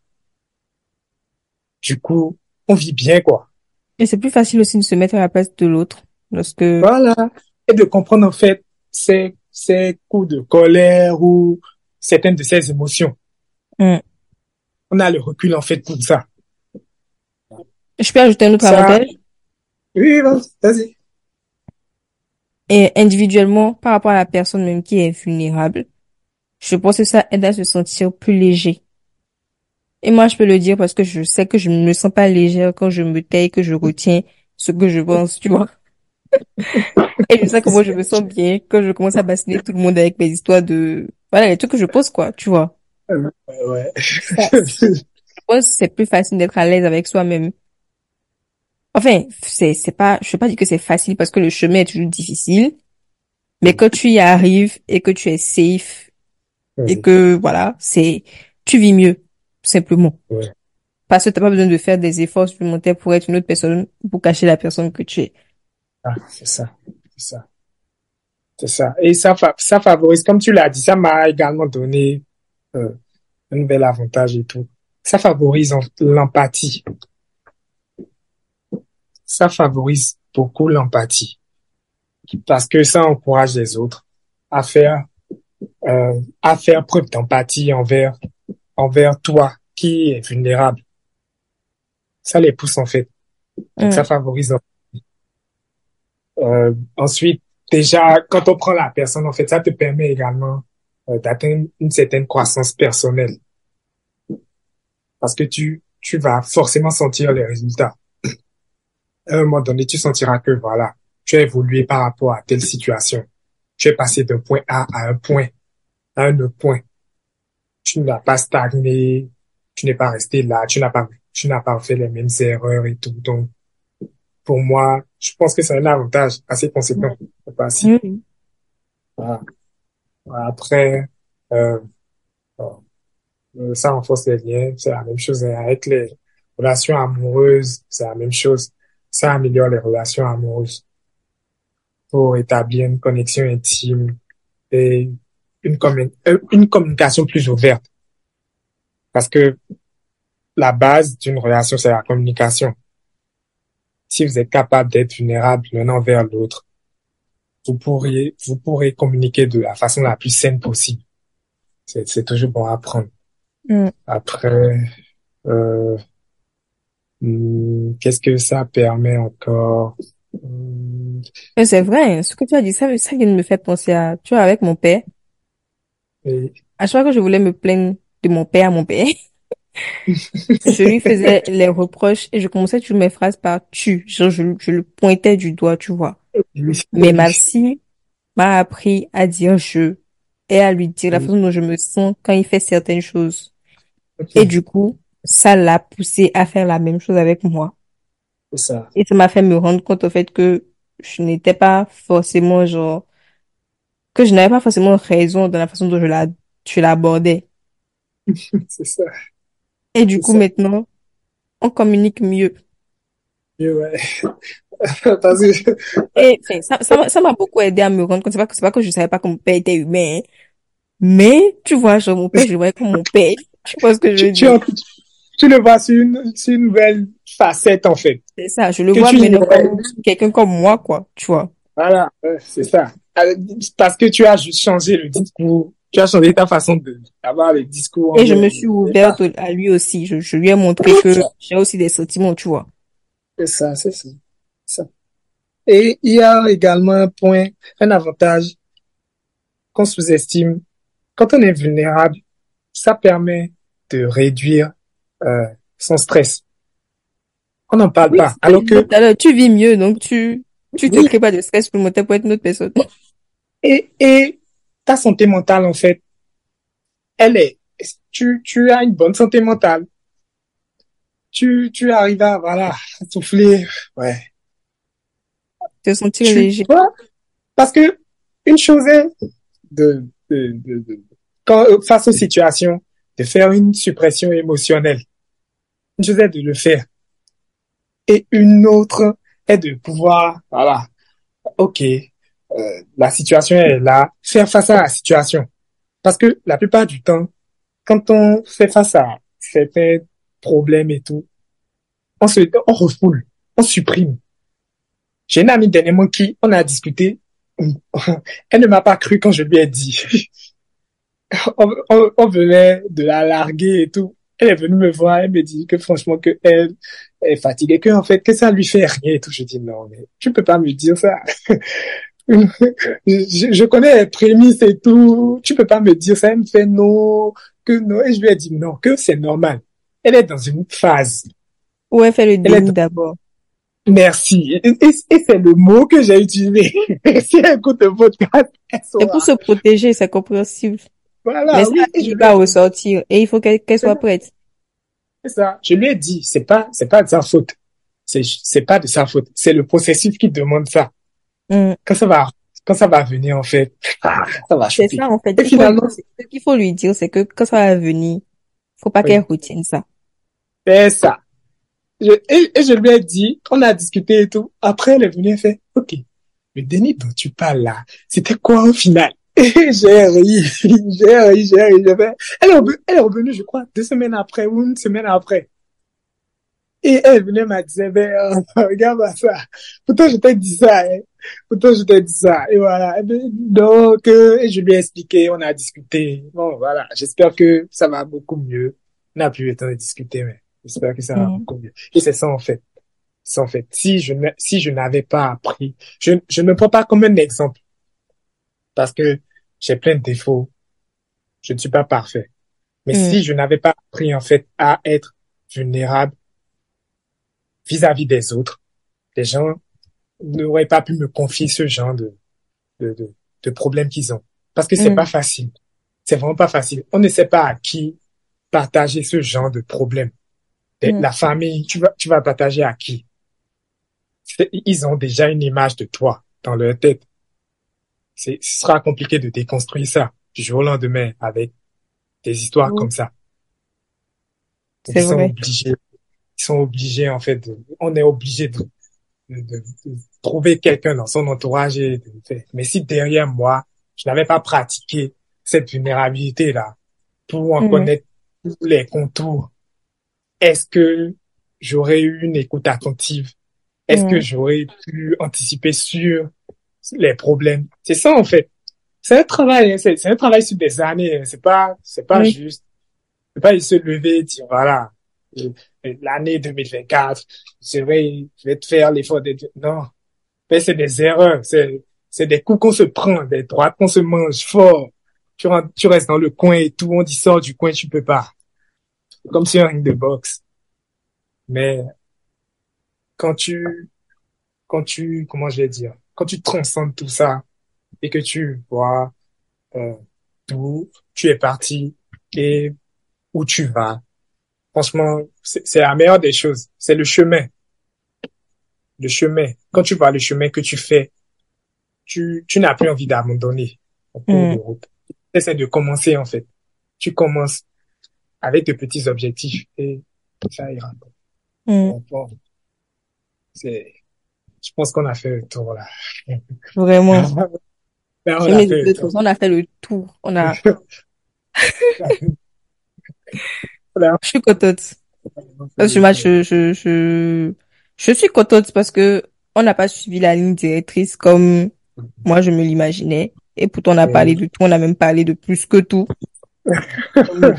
Du coup, on vit bien, quoi. Et c'est plus facile aussi de se mettre à la place de l'autre lorsque. Voilà. Et de comprendre, en fait, ces coups de colère ou certaines de ces émotions. Mm. On a le recul, en fait, pour ça. Je peux ajouter un autre Ça, avantage. oui, vas-y. Et individuellement, par rapport à la personne même qui est vulnérable, je pense que ça aide à se sentir plus léger. Et moi, je peux le dire parce que je sais que je ne me sens pas légère quand je me tais, que je retiens ce que je pense, tu vois. Et je sais que moi, je me sens bien quand je commence à bassiner tout le monde avec mes histoires de, voilà, les trucs que je pose, quoi, tu vois. Ouais. Ça, je pense que c'est plus facile d'être à l'aise avec soi-même. Enfin, c'est pas, je veux pas dire que c'est facile parce que le chemin est toujours difficile, mais quand tu y arrives et que tu es safe et Oui, que, voilà, tu vis mieux, simplement. ouais. Parce que t'as pas besoin de faire des efforts supplémentaires pour être une autre personne, pour cacher la personne que tu es. Ah, c'est ça. C'est ça. C'est ça. Et ça favorise, comme tu l'as dit, ça m'a également donné euh, un nouvel avantage et tout. Ça favorise l'empathie. Ça favorise beaucoup l'empathie parce que ça encourage les autres à faire à faire preuve d'empathie envers toi qui est vulnérable. Ça les pousse en fait. Donc ça Hum, favorise. Ensuite, déjà quand on prend la personne en fait, ça te permet également d'atteindre une certaine croissance personnelle parce que tu vas forcément sentir les résultats. À un moment donné, tu sentiras que voilà, tu as évolué par rapport à telle situation. Tu es passé d'un point A à un autre point. Tu n'as pas stagné, tu n'es pas resté là, tu n'as pas fait les mêmes erreurs et tout. Donc, pour moi, je pense que c'est un avantage assez conséquent. C'est pas si. hum, Voilà. Après, euh, bon, ça renforce les liens. C'est la même chose avec les relations amoureuses. C'est la même chose. Ça améliore les relations amoureuses pour établir une connexion intime et une communication plus ouverte. Parce que la base d'une relation, c'est la communication. Si vous êtes capable d'être vulnérable l'un envers l'autre, vous pourrez communiquer de la façon la plus saine possible. C'est toujours bon à apprendre. Mm. Après, euh, qu'est-ce que ça permet encore? Hum, Mais c'est vrai, hein, ce que tu as dit, ça vient de me faire penser à, tu vois, avec mon père. et- À chaque fois que je voulais me plaindre de mon père à mon père, je lui faisais les reproches et je commençais toujours mes phrases par tu. Genre, je le pointais du doigt, tu vois. oui, Mais ma oui, psy m'a appris à dire je et à lui dire la oui, façon dont je me sens quand il fait certaines choses. Et ok, du coup, ça l'a poussé à faire la même chose avec moi. c'est ça, Et ça m'a fait me rendre compte au fait que je n'étais pas forcément genre, que je n'avais pas forcément raison dans la façon dont je l'abordais. c'est ça, Et du c'est coup, ça. maintenant, on communique mieux. Et ouais, parce que, Et enfin, ça m'a beaucoup aidé à me rendre compte. C'est pas que je savais pas que mon père était humain, hein. Mais, tu vois, genre, mon père, je le voyais comme mon père. Tu vois ce que je veux tu, tu, dire? tu le vois sur une nouvelle facette, en fait, C'est ça. Je le que vois tu maintenant ignorais. comme quelqu'un comme moi, quoi. Tu vois. Voilà, c'est ça. Parce que tu as juste changé le discours, tu as changé ta façon d'avoir le discours Et je envers me lui. suis ouverte à lui aussi. Je lui ai montré que j'ai aussi des sentiments, tu vois. C'est ça, c'est ça. Ça. Et il y a également un point, un avantage qu'on sous-estime. Quand on est vulnérable, ça permet de réduire euh, son stress. On n'en parle Oui, pas. c'est ce que je Alors disais que, tout à l'heure. Tu vis mieux, donc tu te oui, crées pas de stress supplémentaire pour être une autre personne. et ta santé mentale, en fait, elle est, tu as une bonne santé mentale. Tu arrives à, voilà, souffler. Ouais. Te sentir Tu léger. vois, parce que une chose est quand, face aux situations, de faire une suppression émotionnelle. Une chose est de le faire. Et une autre est de pouvoir, voilà, ok, la situation est là, faire face à la situation. Parce que la plupart du temps, quand on fait face à certains problèmes et tout, on refoule, on supprime. J'ai une amie dernièrement qui, on a discuté, elle ne m'a pas cru quand je lui ai dit. On venait de la larguer et tout. Elle est venue me voir, elle me dit que franchement que elle est fatiguée, que en fait que ça lui fait rien et tout. Je dis non, mais tu peux pas me dire ça. Je connais les prémices et tout. Tu peux pas me dire ça. Elle me fait non, que non. Et je lui ai dit non, que c'est normal. Elle est dans une phase. Ouais, fais le Elle est déni dans... d'abord. Merci. Et c'est le mot que j'ai utilisé. Si elle écoute le podcast, elle C'est pour saura. se protéger, c'est compréhensible. Mais Voilà, ça oui. Et je finit lui ai par dit, ressortir et il faut qu'elle soit prête. c'est ça. Je lui ai dit, c'est pas de sa faute. C'est pas de sa faute. C'est le processus qui demande ça. Mm. Quand ça va, quand ça va venir, en fait, ça va C'est choquer. ça, en fait. Et finalement, Ce qu'il faut lui dire, c'est que quand ça va venir, faut pas qu'elle oui, retienne ça. c'est ça. Et je lui ai dit, on a discuté et tout. Après, elle est venue et fait, OK, le déni dont tu parles là, c'était quoi au final? Et j'ai ri, j'ai ri, j'ai fait. Elle est revenue, je crois, 2 semaines après ou une semaine après. Et elle venait m'a dit, ben, regarde ça. Pourtant, je t'ai dit ça, hein. Pourtant, je t'ai dit ça. Et voilà. Et ben, donc, et je lui ai expliqué, on a discuté. Bon, voilà. J'espère que ça va beaucoup mieux. On n'a plus le temps de discuter, mais j'espère que ça va Mm. beaucoup mieux. Et c'est ça, en fait. C'est en fait. Si je n'avais pas appris, je ne me prends pas comme un exemple parce que j'ai plein de défauts. Je ne suis pas parfait. Mais Mm. si je n'avais pas appris, en fait, à être vulnérable vis-à-vis des autres, les gens n'auraient pas pu me confier ce genre de, de, de problèmes qu'ils ont. Parce que c'est Mm. pas facile. C'est vraiment pas facile. On ne sait pas à qui partager ce genre de problème. Mm. La famille, tu vas partager à qui? Ils ont déjà une image de toi dans leur tête. Ce sera compliqué de déconstruire ça du jour au lendemain avec des histoires Oui, comme ça. Donc, c'est vrai. ils sont obligés, en fait, on est obligé de trouver quelqu'un dans son entourage et de le faire. Mais si derrière moi, je n'avais pas pratiqué cette vulnérabilité-là pour en Mm. connaître tous les contours, est-ce que j'aurais eu une écoute attentive? Est-ce que Mm. j'aurais pu anticiper sur les problèmes? C'est ça, en fait. c'est un travail, hein, c'est un travail sur des années, hein. C'est pas Oui. juste. C'est pas se lever et dire, voilà, euh, l'année 2024, je vais te faire l'effort de, non. Mais c'est des erreurs, c'est des coups qu'on se prend, des droites qu'on se mange fort. Tu restes dans le coin et tout, on dit sors du coin, tu peux pas. Comme sur un ring de boxe. Mais quand comment je vais dire, quand tu transcendes tout ça et que tu vois euh, d'où tu es parti et où tu vas, franchement, c'est la meilleure des choses. C'est le chemin, le chemin. Quand tu vois le chemin que tu fais, tu n'as plus envie d'abandonner en cours de Mm, route. Tu essaies de commencer en fait. Tu commences avec de petits objectifs et ça ira. mm. Donc, bon, c'est, je pense qu'on a fait le tour là. Vraiment. Ben, on J'aime a les fait le deux tour. choses. On a fait le tour. Je suis contente. On a fait Parce que le moi, tour. je suis contente parce que on n'a pas suivi la ligne directrice comme moi je me l'imaginais. Et pourtant, on a parlé Oui. de tout. On a même parlé de plus que tout. Comme-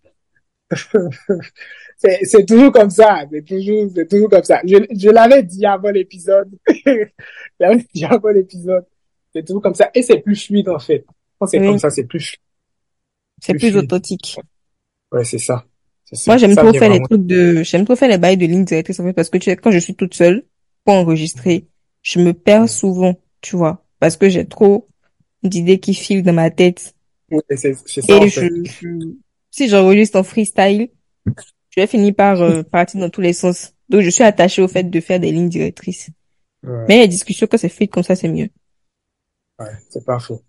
C'est toujours comme ça. C'est toujours comme ça. Je l'avais dit avant l'épisode. Je l'avais dit avant l'épisode. C'est toujours comme ça. Et c'est plus fluide, en fait. Quand c'est comme Oui, ça, c'est plus, c'est plus plus fluide. authentique. Ouais, c'est ça. C'est Moi, ça. Ça vient vraiment. j'aime trop faire les bails de ligne directrice, en fait, parce que tu sais, quand je suis toute seule pour enregistrer, je me perds souvent, tu vois, parce que j'ai trop d'idées qui filent dans ma tête. Ouais, c'est ça, Et en fait. si j'enregistre en freestyle, je vais finir par partir dans tous les sens. Donc, je suis attachée au fait de faire des lignes directrices. Ouais, Mais les discussions, quand c'est fluide comme ça, c'est mieux. ouais, c'est pas faux.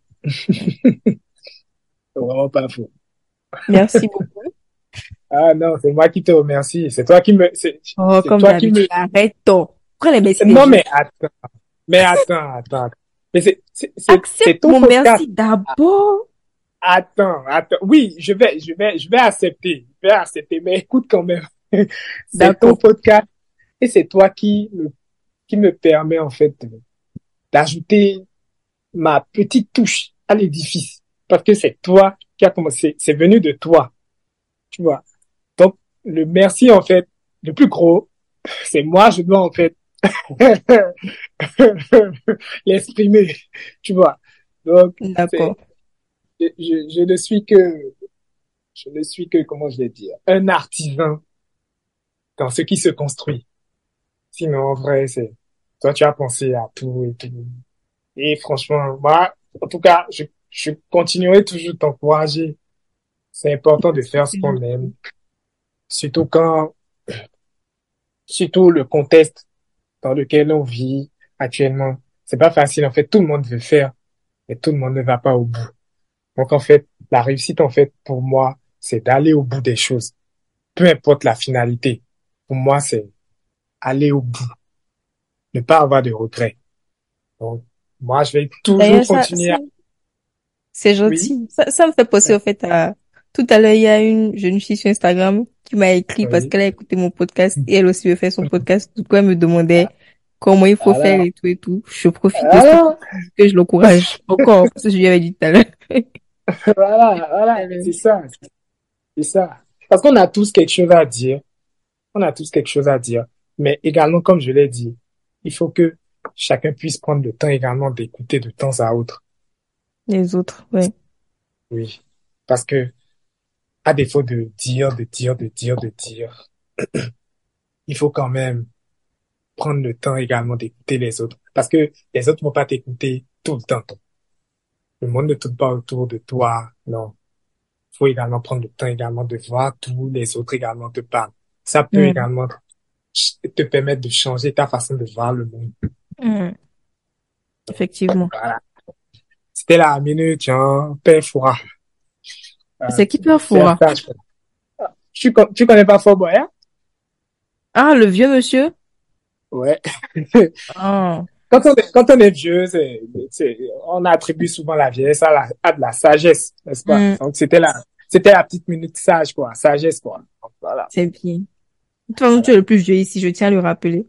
C'est vraiment pas faux. Merci beaucoup. Ah non, c'est moi qui te remercie. Oh, C'est comme toi qui d'habitude, me, arrête-toi. Pourquoi les merci des non, gens? mais attends. Mais c'est Accepte ton mon podcast. merci d'abord. Attends. Oui, je vais accepter. Je vais accepter. Mais écoute quand même. C'est ton D'accord. podcast et c'est toi qui me permet, en fait, d'ajouter ma petite touche à l'édifice. Parce que c'est toi qui a commencé. C'est venu de toi. Tu vois. Donc, le merci, en fait, le plus gros, c'est moi, je dois, en fait, l'exprimer. Tu vois. Donc, D'accord. je ne suis je ne suis que, comment je vais dire, un artisan dans ce qui se construit. Sinon, en vrai, toi, tu as pensé à tout et tout. Et franchement, moi, en tout cas, je continuerai toujours de t'encourager. C'est important de Merci, faire ce c'est qu'on aime. gentil. Surtout surtout le contexte dans lequel on vit actuellement. C'est pas facile. En fait, tout le monde veut faire, mais tout le monde ne va pas au bout. Donc, en fait, la réussite, en fait, pour moi, c'est d'aller au bout des choses. Peu importe la finalité. Pour moi, c'est aller au bout. Ne pas avoir de regrets. Donc, moi, je vais toujours D'ailleurs, continuer à... c'est Oui, gentil. Ça me fait penser au fait à, tout à l'heure, il y a une jeune fille sur Instagram qui m'a écrit parce oui. qu'elle a écouté mon podcast et elle aussi veut faire son podcast. Du coup, elle me demandait comment il faut faire Voilà. et tout et tout. Je profite aussi pour Voilà. dire que je l'encourage encore parce que je lui avais dit tout à l'heure. Tout à Voilà. l'heure. C'est ça. C'est ça. Parce qu'on a tous quelque chose à dire. On a tous quelque chose à dire. Mais également, comme je l'ai dit, il faut que chacun puisse prendre le temps également d'écouter de temps à autre. Les autres, ouais. Oui. Parce que, à défaut de dire, il faut quand même prendre le temps également d'écouter les autres. Parce que les autres vont pas t'écouter tout le temps. Le monde ne tourne pas autour de toi. Non. Il faut également prendre le temps également de voir tous les autres également te parlent. Ça peut Mm. également te permettre de changer ta façon de voir le monde. Mm. Effectivement. Voilà. C'était la minute, Jean Père Foura. C'est qui peut C'est à Foura? ça. Tu connais pas Fort Boyard? Ah, le vieux monsieur? Ouais. Ah, Quand on est vieux, on attribue souvent la vieillesse à de la sagesse, n'est-ce pas? mm, Donc, c'était la petite minute sage, quoi. Sagesse, quoi. Donc, voilà. c'est bien. De toute façon, tu es le plus vieux ici, je tiens à le rappeler.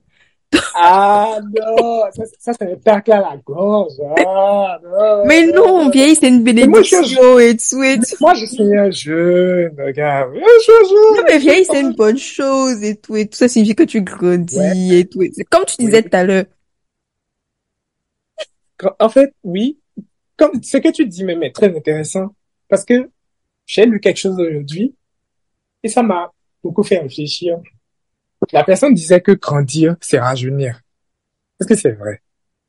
Ah non, ça me tacle à la gorge. Ah non, Mais non, non, non. vieille, c'est une Mais moi, je suis, bénédiction et tout et tout. moi, je suis un jeune, regarde. Je suis un Non, jeune, mais je suis vieille, c'est une pas... bonne chose et tout et tout. Ça signifie que tu Ouais, grandis et tout. C'est comme tu disais oui. tout à l'heure. En fait, oui. Comme ce que tu dis même est très intéressant. Parce que j'ai lu quelque chose aujourd'hui et ça m'a beaucoup fait réfléchir. La personne disait que grandir, c'est rajeunir. Est-ce que c'est vrai?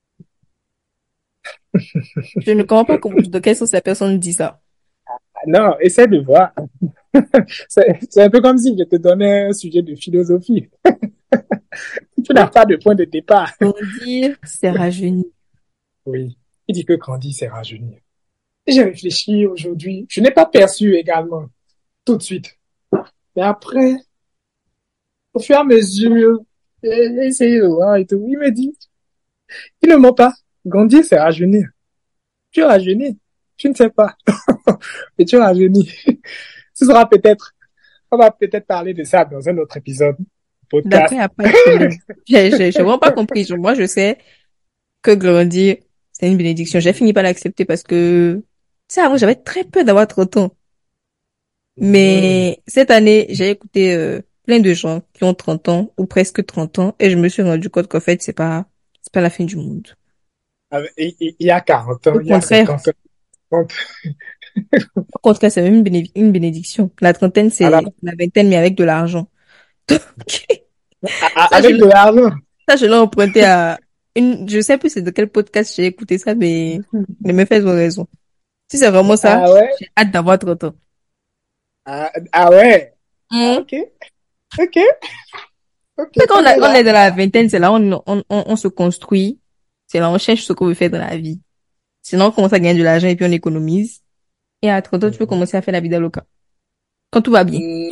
Je ne comprends pas de quelle sorte la personne dit ça. Ah non, essaie de voir. C'est un peu comme si je te donnais un sujet de philosophie. Tu n'as pas de point de départ. Grandir, c'est rajeunir. Oui. Il dit que grandir, c'est rajeunir. Et j'ai réfléchi aujourd'hui. Je n'ai pas perçu également tout de suite. Mais après, au fur et à mesure, j'ai essayé de voir et tout. Il me dit, il ne ment pas. Grandir, c'est rajeunir. Tu rajeunis. Tu ne sais pas. Et tu rajeunis. Ce sera peut-être, on va peut-être parler de ça dans un autre épisode. D'accord, il Podcast. n'y a pas de problème. J'ai vraiment pas compris. Moi, je sais que grandir, c'est une bénédiction. J'ai fini par l'accepter parce que, tu sais, avant, j'avais très peur d'avoir 30 ans. Hmm. Mais cette année, j'ai écouté plein de gens qui ont 30 ans ou presque 30 ans et je me suis rendu compte qu'en fait, c'est pas la fin du monde. Il y a 40 ans, Au il y a contraire, 50 ans. au contraire, c'est même une bénédiction. La trentaine, Alors, c'est la vingtaine, mais avec de l'argent. Donc, ça, je, avec de l'argent. ça, je l'ai emprunté à je sais plus c'est de quel podcast j'ai écouté ça, mais les méfaits ont raison. Si c'est vraiment ça, Ah ouais? j'ai hâte d'avoir 30 ans. Ah ouais? Ah, Hmm. ok, ok, ok, Mais quand on est on est là. dans la vingtaine, c'est là où on se construit. C'est là où on cherche ce qu'on veut faire dans la vie. Sinon, on commence à gagner de l'argent et puis on économise. Et à 30 ans, tu peux Mhm. commencer à faire la vie d'avocat. Quand tout va bien. Hmm,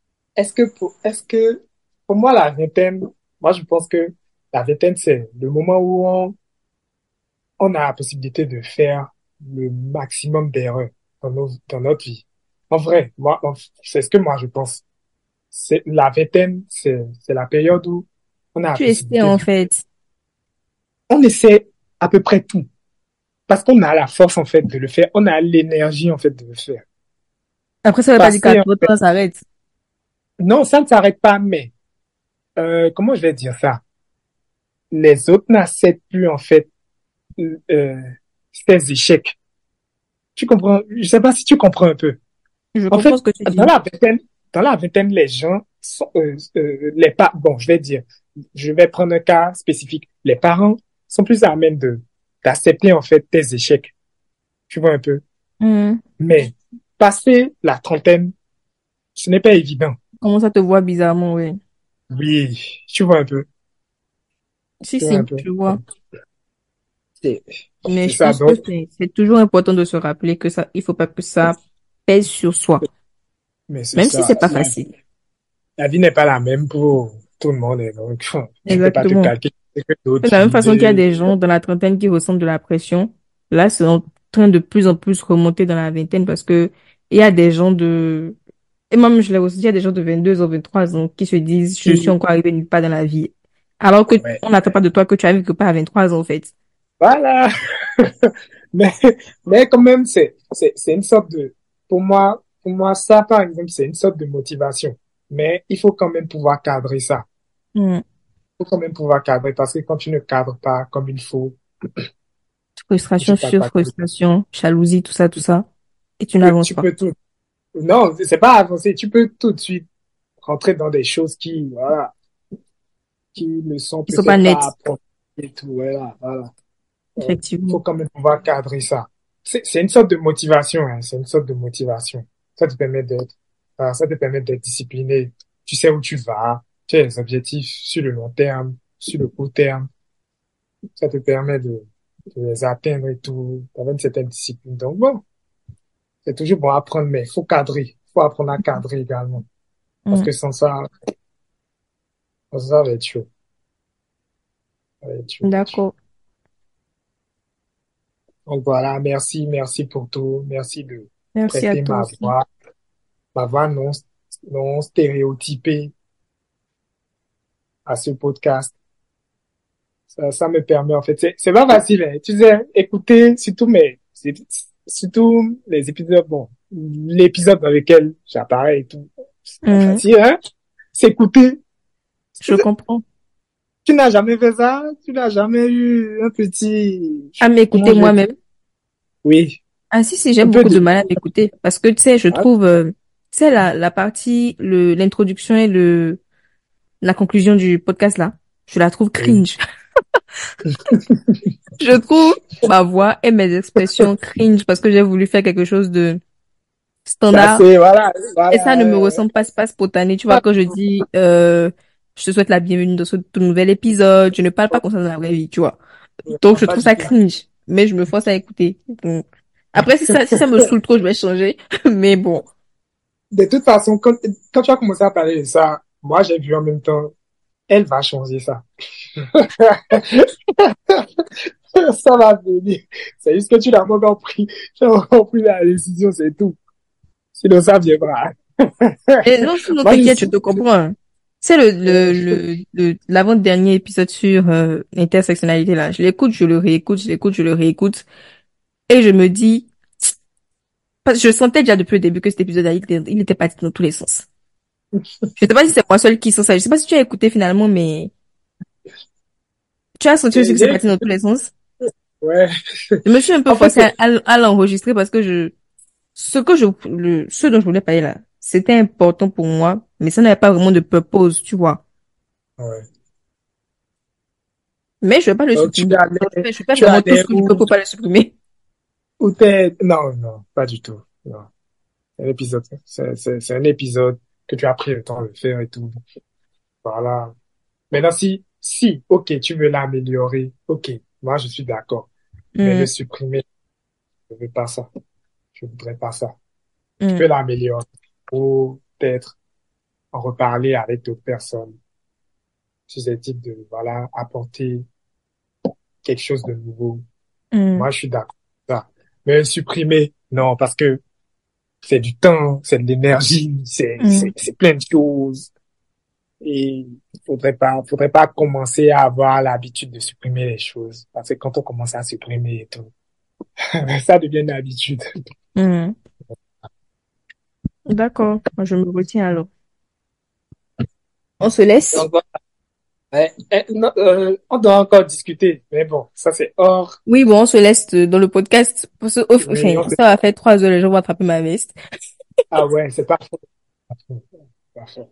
pour moi, la vingtaine, moi, je pense que la vingtaine, c'est le moment où on a la possibilité de faire le maximum d'erreurs dans notre vie. En vrai, c'est ce que moi, je pense. C'est, la vingtaine, c'est la période où on a la Tu essaies, possibilité en de, fait. on essaie à peu près tout. Parce qu'on a la force, en fait, de le faire. On a l'énergie, en fait, de le faire. Après, ça veut pas dire qu'à Passer, 30 ans, ça s'arrête. non, ça ne s'arrête pas, mais, comment je vais dire ça? Les autres n'acceptent plus, en fait, euh, ces échecs. Tu comprends? Je sais pas si tu comprends un peu. Je En comprends fait, ce que tu dans dis. la vingtaine, dans la vingtaine, les gens sont, les pas, bon, je vais dire, je vais prendre un cas spécifique. Les parents sont plus à même d'accepter, en fait, tes échecs. Tu vois un peu? Hmm. Mais, passer la trentaine, ce n'est pas évident. Comment ça te voit bizarrement, oui. Oui, tu vois un peu. Si, Tu vois un si, peu. je vois. C'est, Mais c'est je ça. pense que Donc, c'est toujours important de se rappeler que ça, il faut pas que ça pèse sur soi. mais c'est Même si ça. c'est pas facile. La vie n'est pas la même pour tout le monde. Et donc, tu ne peux pas te Exactement. calquer sur ce que d'autres De la même vivent. façon qu'il y a des gens dans la trentaine qui ressentent de la pression, là, c'est en train de plus en plus remonter dans la vingtaine parce que il y a des gens et même je l'ai aussi, il y a des gens de 22 ans, 23 ans qui se disent, je suis qui, encore arrivé nulle part dans la vie. Alors que ouais, on n'attend pas de toi que tu arrives quelque part à 23 ans, en fait. voilà. Mais, mais quand même, c'est une sorte de, pour moi, ça, par exemple, c'est une sorte de motivation. Mais il faut quand même pouvoir cadrer ça. Hmm. Il faut quand même pouvoir cadrer parce que quand tu ne cadres pas comme il faut, tu Frustration cadres sur pas comme il frustration, jalousie, tout ça. Et tu faut, n'avances tu pas. peux tout. Non, c'est pas avancer. Tu peux tout de suite rentrer dans des choses qui, voilà, qui ne sont Ils sont pas peut-être pas nets, appropriées et tout. Voilà, voilà. effectivement. Faut quand même pouvoir cadrer ça. C'est une sorte de motivation, hein, c'est une sorte de motivation. Ça te permet ça te permet d'être discipliné. Tu sais où tu vas, tu as des objectifs sur le long terme, sur le court terme. Ça te permet de les atteindre et tout, avec une certaine discipline. Donc bon, c'est toujours bon à apprendre, mais il faut cadrer. Il faut apprendre à cadrer également. Parce Hmm. que sans ça, ça va être chaud. Ça va être chaud. D'accord. Donc voilà, merci pour tout. Merci de Merci à prêter toi aussi. ma voix non stéréotypée à ce podcast. ça me permet, en fait, c'est pas facile, hein. Tu sais, écouter, surtout les épisodes, bon, l'épisode dans lequel j'apparais et tout, c'est pas Mhm. facile, hein. S'écouter. Je comprends. Tu n'as jamais fait ça? Tu n'as jamais eu un petit, À comment m'écouter je vais dire? moi-même. Oui, Ah si, j'ai un peu beaucoup de de, mal à m'écouter. Parce que, tu sais, je ah, trouve, tu sais, la partie, l'introduction et la conclusion du podcast là, je la trouve oui. cringe. Je trouve ma voix et mes expressions cringe parce que j'ai voulu faire quelque chose de Ça, standard c'est, voilà, et ça voilà, ne me ressemble pas, c'est pas spontané. Tu vois, quand je dis, je te souhaite la bienvenue dans ce tout nouvel épisode, je ne parle pas comme ça dans la vraie vie, tu vois. Donc, je pas trouve du ça tout. cringe, mais je me force à écouter. Donc, après, si ça me saoule trop, je vais changer. Mais bon. De toute façon, quand tu as commencé à parler de ça, moi, j'ai vu en même temps, elle va changer ça. Ça va venir. C'est juste que tu n'as pas encore pris, tu n'as pas encore pris la décision, c'est tout. Sinon, ça viendra. Et non, sinon, Moi, je t'inquiète, je suis, te comprends, hein. C'est l'avant-dernier épisode sur l'intersectionnalité là. Je l'écoute, je le réécoute, je l'écoute, je le réécoute. Et je me dis, parce que je sentais déjà depuis le début que cet épisode-là, il était parti dans tous les sens. Je sais pas si c'est moi seul qui sens ça. Je sais pas si tu as écouté finalement, mais tu as senti aussi que c'est j'ai, parti dans tous les sens. ouais. Je me suis un peu En fait, forcée à l'enregistrer parce que ce dont je voulais parler là, c'était important pour moi, mais ça n'avait pas vraiment de purpose, tu vois. ouais. Mais je vais pas le Donc, supprimer. Donc, je fais tu vraiment tout ce allais que je peux pour pas le supprimer. où t'es, non, non, pas du tout. Non. C'est un épisode que tu as pris le temps de faire et tout. Voilà. Maintenant, ok, tu veux l'améliorer, ok, moi, je suis d'accord. Mais le Mm, supprimer, je veux pas ça. Je voudrais pas ça. Tu mm, peux l'améliorer ou peut-être en reparler avec d'autres personnes susceptibles de, voilà, apporter quelque chose de nouveau. mm, Moi, je suis d'accord avec ça. Mais supprimer, non, parce que c'est du temps, c'est de l'énergie, mm. c'est plein de choses. Et faudrait pas commencer à avoir l'habitude de supprimer les choses. Parce que quand on commence à supprimer et tout, ça devient une habitude. Mm. D'accord, je me retiens alors. On se laisse? Donc, non, on doit encore discuter. Mais bon, ça c'est hors. Oui, bon, on se laisse dans le podcast. Oui, Enfin, ça va faire 3 heures, les gens vont attraper ma veste. ah ouais, c'est pas faux. Pas faux.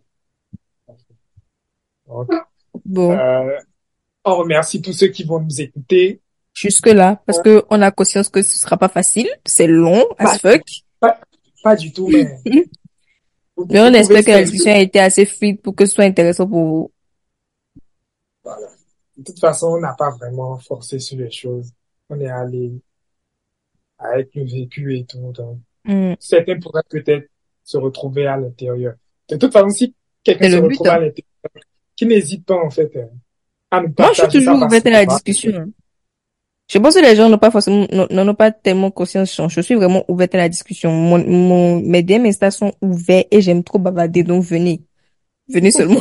Donc, Bon, euh, on remercie tous ceux qui vont nous écouter. jusque-là, parce On- que on a conscience que ce sera pas facile. C'est long as Pas, fuck. pas, pas du tout, mais Mais vous on pouvez espère que la faire. discussion a été assez fluide pour que ce soit intéressant pour vous. Voilà. De toute façon, on n'a pas vraiment forcé sur les choses. On est allé avec le vécu et tout. Donc, Mm. certains pourraient peut-être se retrouver à l'intérieur. De toute façon, si quelqu'un C'est se le but, retrouve à hein. l'intérieur, qui n'hésite pas, en fait, à nous Moi, je suis partager ça toujours parce ouverte que, à la discussion, hein. Je pense que les gens n'ont pas forcément, n'en ont pas tellement conscience. Je suis vraiment ouverte à la discussion. Mes DM Insta sont ouverts et j'aime trop bavarder, donc venez. Venez seulement.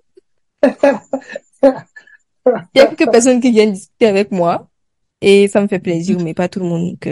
Il y a quelques personnes qui viennent discuter avec moi et ça me fait plaisir, mais pas tout le monde. Donc,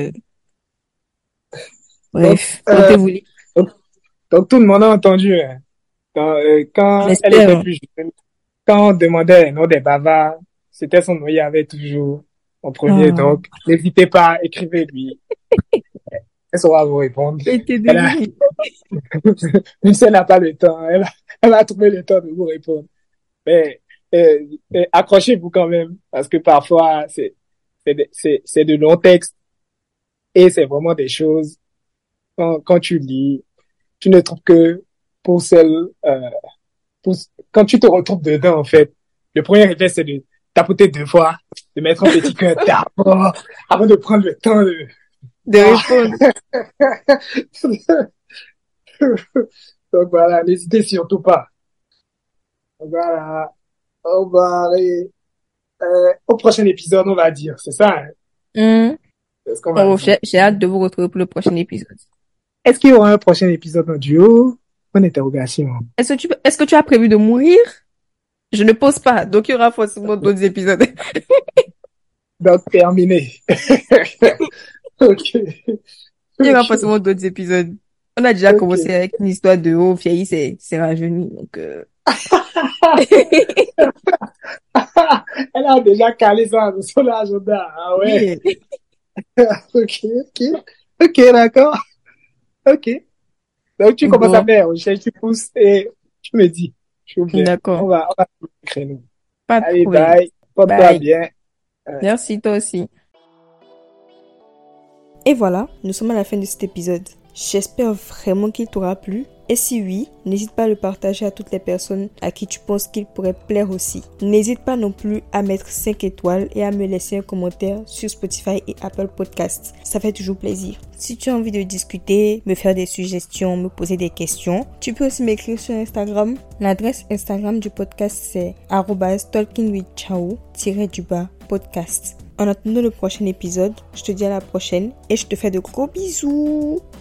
donc, bref, sentez-vous libre. donc, donc, tout le monde a entendu, hein. On Quand elle espère, était hein. plus jeune, quand on demandait le nom des bavards, c'était son nom, il y avait toujours en premier. Oh, Donc, n'hésitez pas, écrivez-lui. Elle saura vous répondre. c'était Elle a, devenu. même si elle n'a pas le temps, elle a trouvé le temps de vous répondre. Mais, accrochez-vous quand même, parce que parfois, c'est de longs textes et c'est vraiment des choses, quand tu lis, tu ne trouves que pour celle, pour- quand tu te retrouves dedans, en fait, le premier réflexe, c'est de tapoter 2 fois, de mettre un petit cœur d'abord, avant de prendre le temps de, De ah. répondre. Donc voilà, n'hésitez surtout pas. Voilà, on va aller, au prochain épisode, on va dire, c'est ça, hein? Hum. C'est ce qu'on va Oh, dire. j'ai hâte de vous retrouver pour le prochain épisode. Est-ce qu'il y aura un prochain épisode en duo? Point d'interrogation. Est-ce que tu as prévu de mourir? Je ne pose pas, donc il y aura forcément d'autres épisodes. Donc, terminé. Ok. Il y aura Ok. forcément d'autres épisodes. On a déjà Ok. commencé avec une histoire de oh, vieilli, c'est rajeuni. Donc, Elle a déjà calé ça dans son agenda. Ah ouais. oui. Ok, ok. Ok, d'accord. Ok. Donc, tu commences à Bon, faire recherche, tu pousses et tu me dis. Je suis bien. d'accord. On va faire le créneau. Pas de Allez, problème. bye. Porte-toi Bye. bien. Merci, toi aussi. Et voilà, nous sommes à la fin de cet épisode. J'espère vraiment qu'il t'aura plu. Et si oui, n'hésite pas à le partager à toutes les personnes à qui tu penses qu'il pourrait plaire aussi. N'hésite pas non plus à mettre 5 étoiles et à me laisser un commentaire sur Spotify et Apple Podcasts. Ça fait toujours plaisir. Si tu as envie de discuter, me faire des suggestions, me poser des questions, tu peux aussi m'écrire sur Instagram. L'adresse Instagram du podcast c'est @talkingwithchao_podcast. En attendant le prochain épisode, je te dis à la prochaine et je te fais de gros bisous.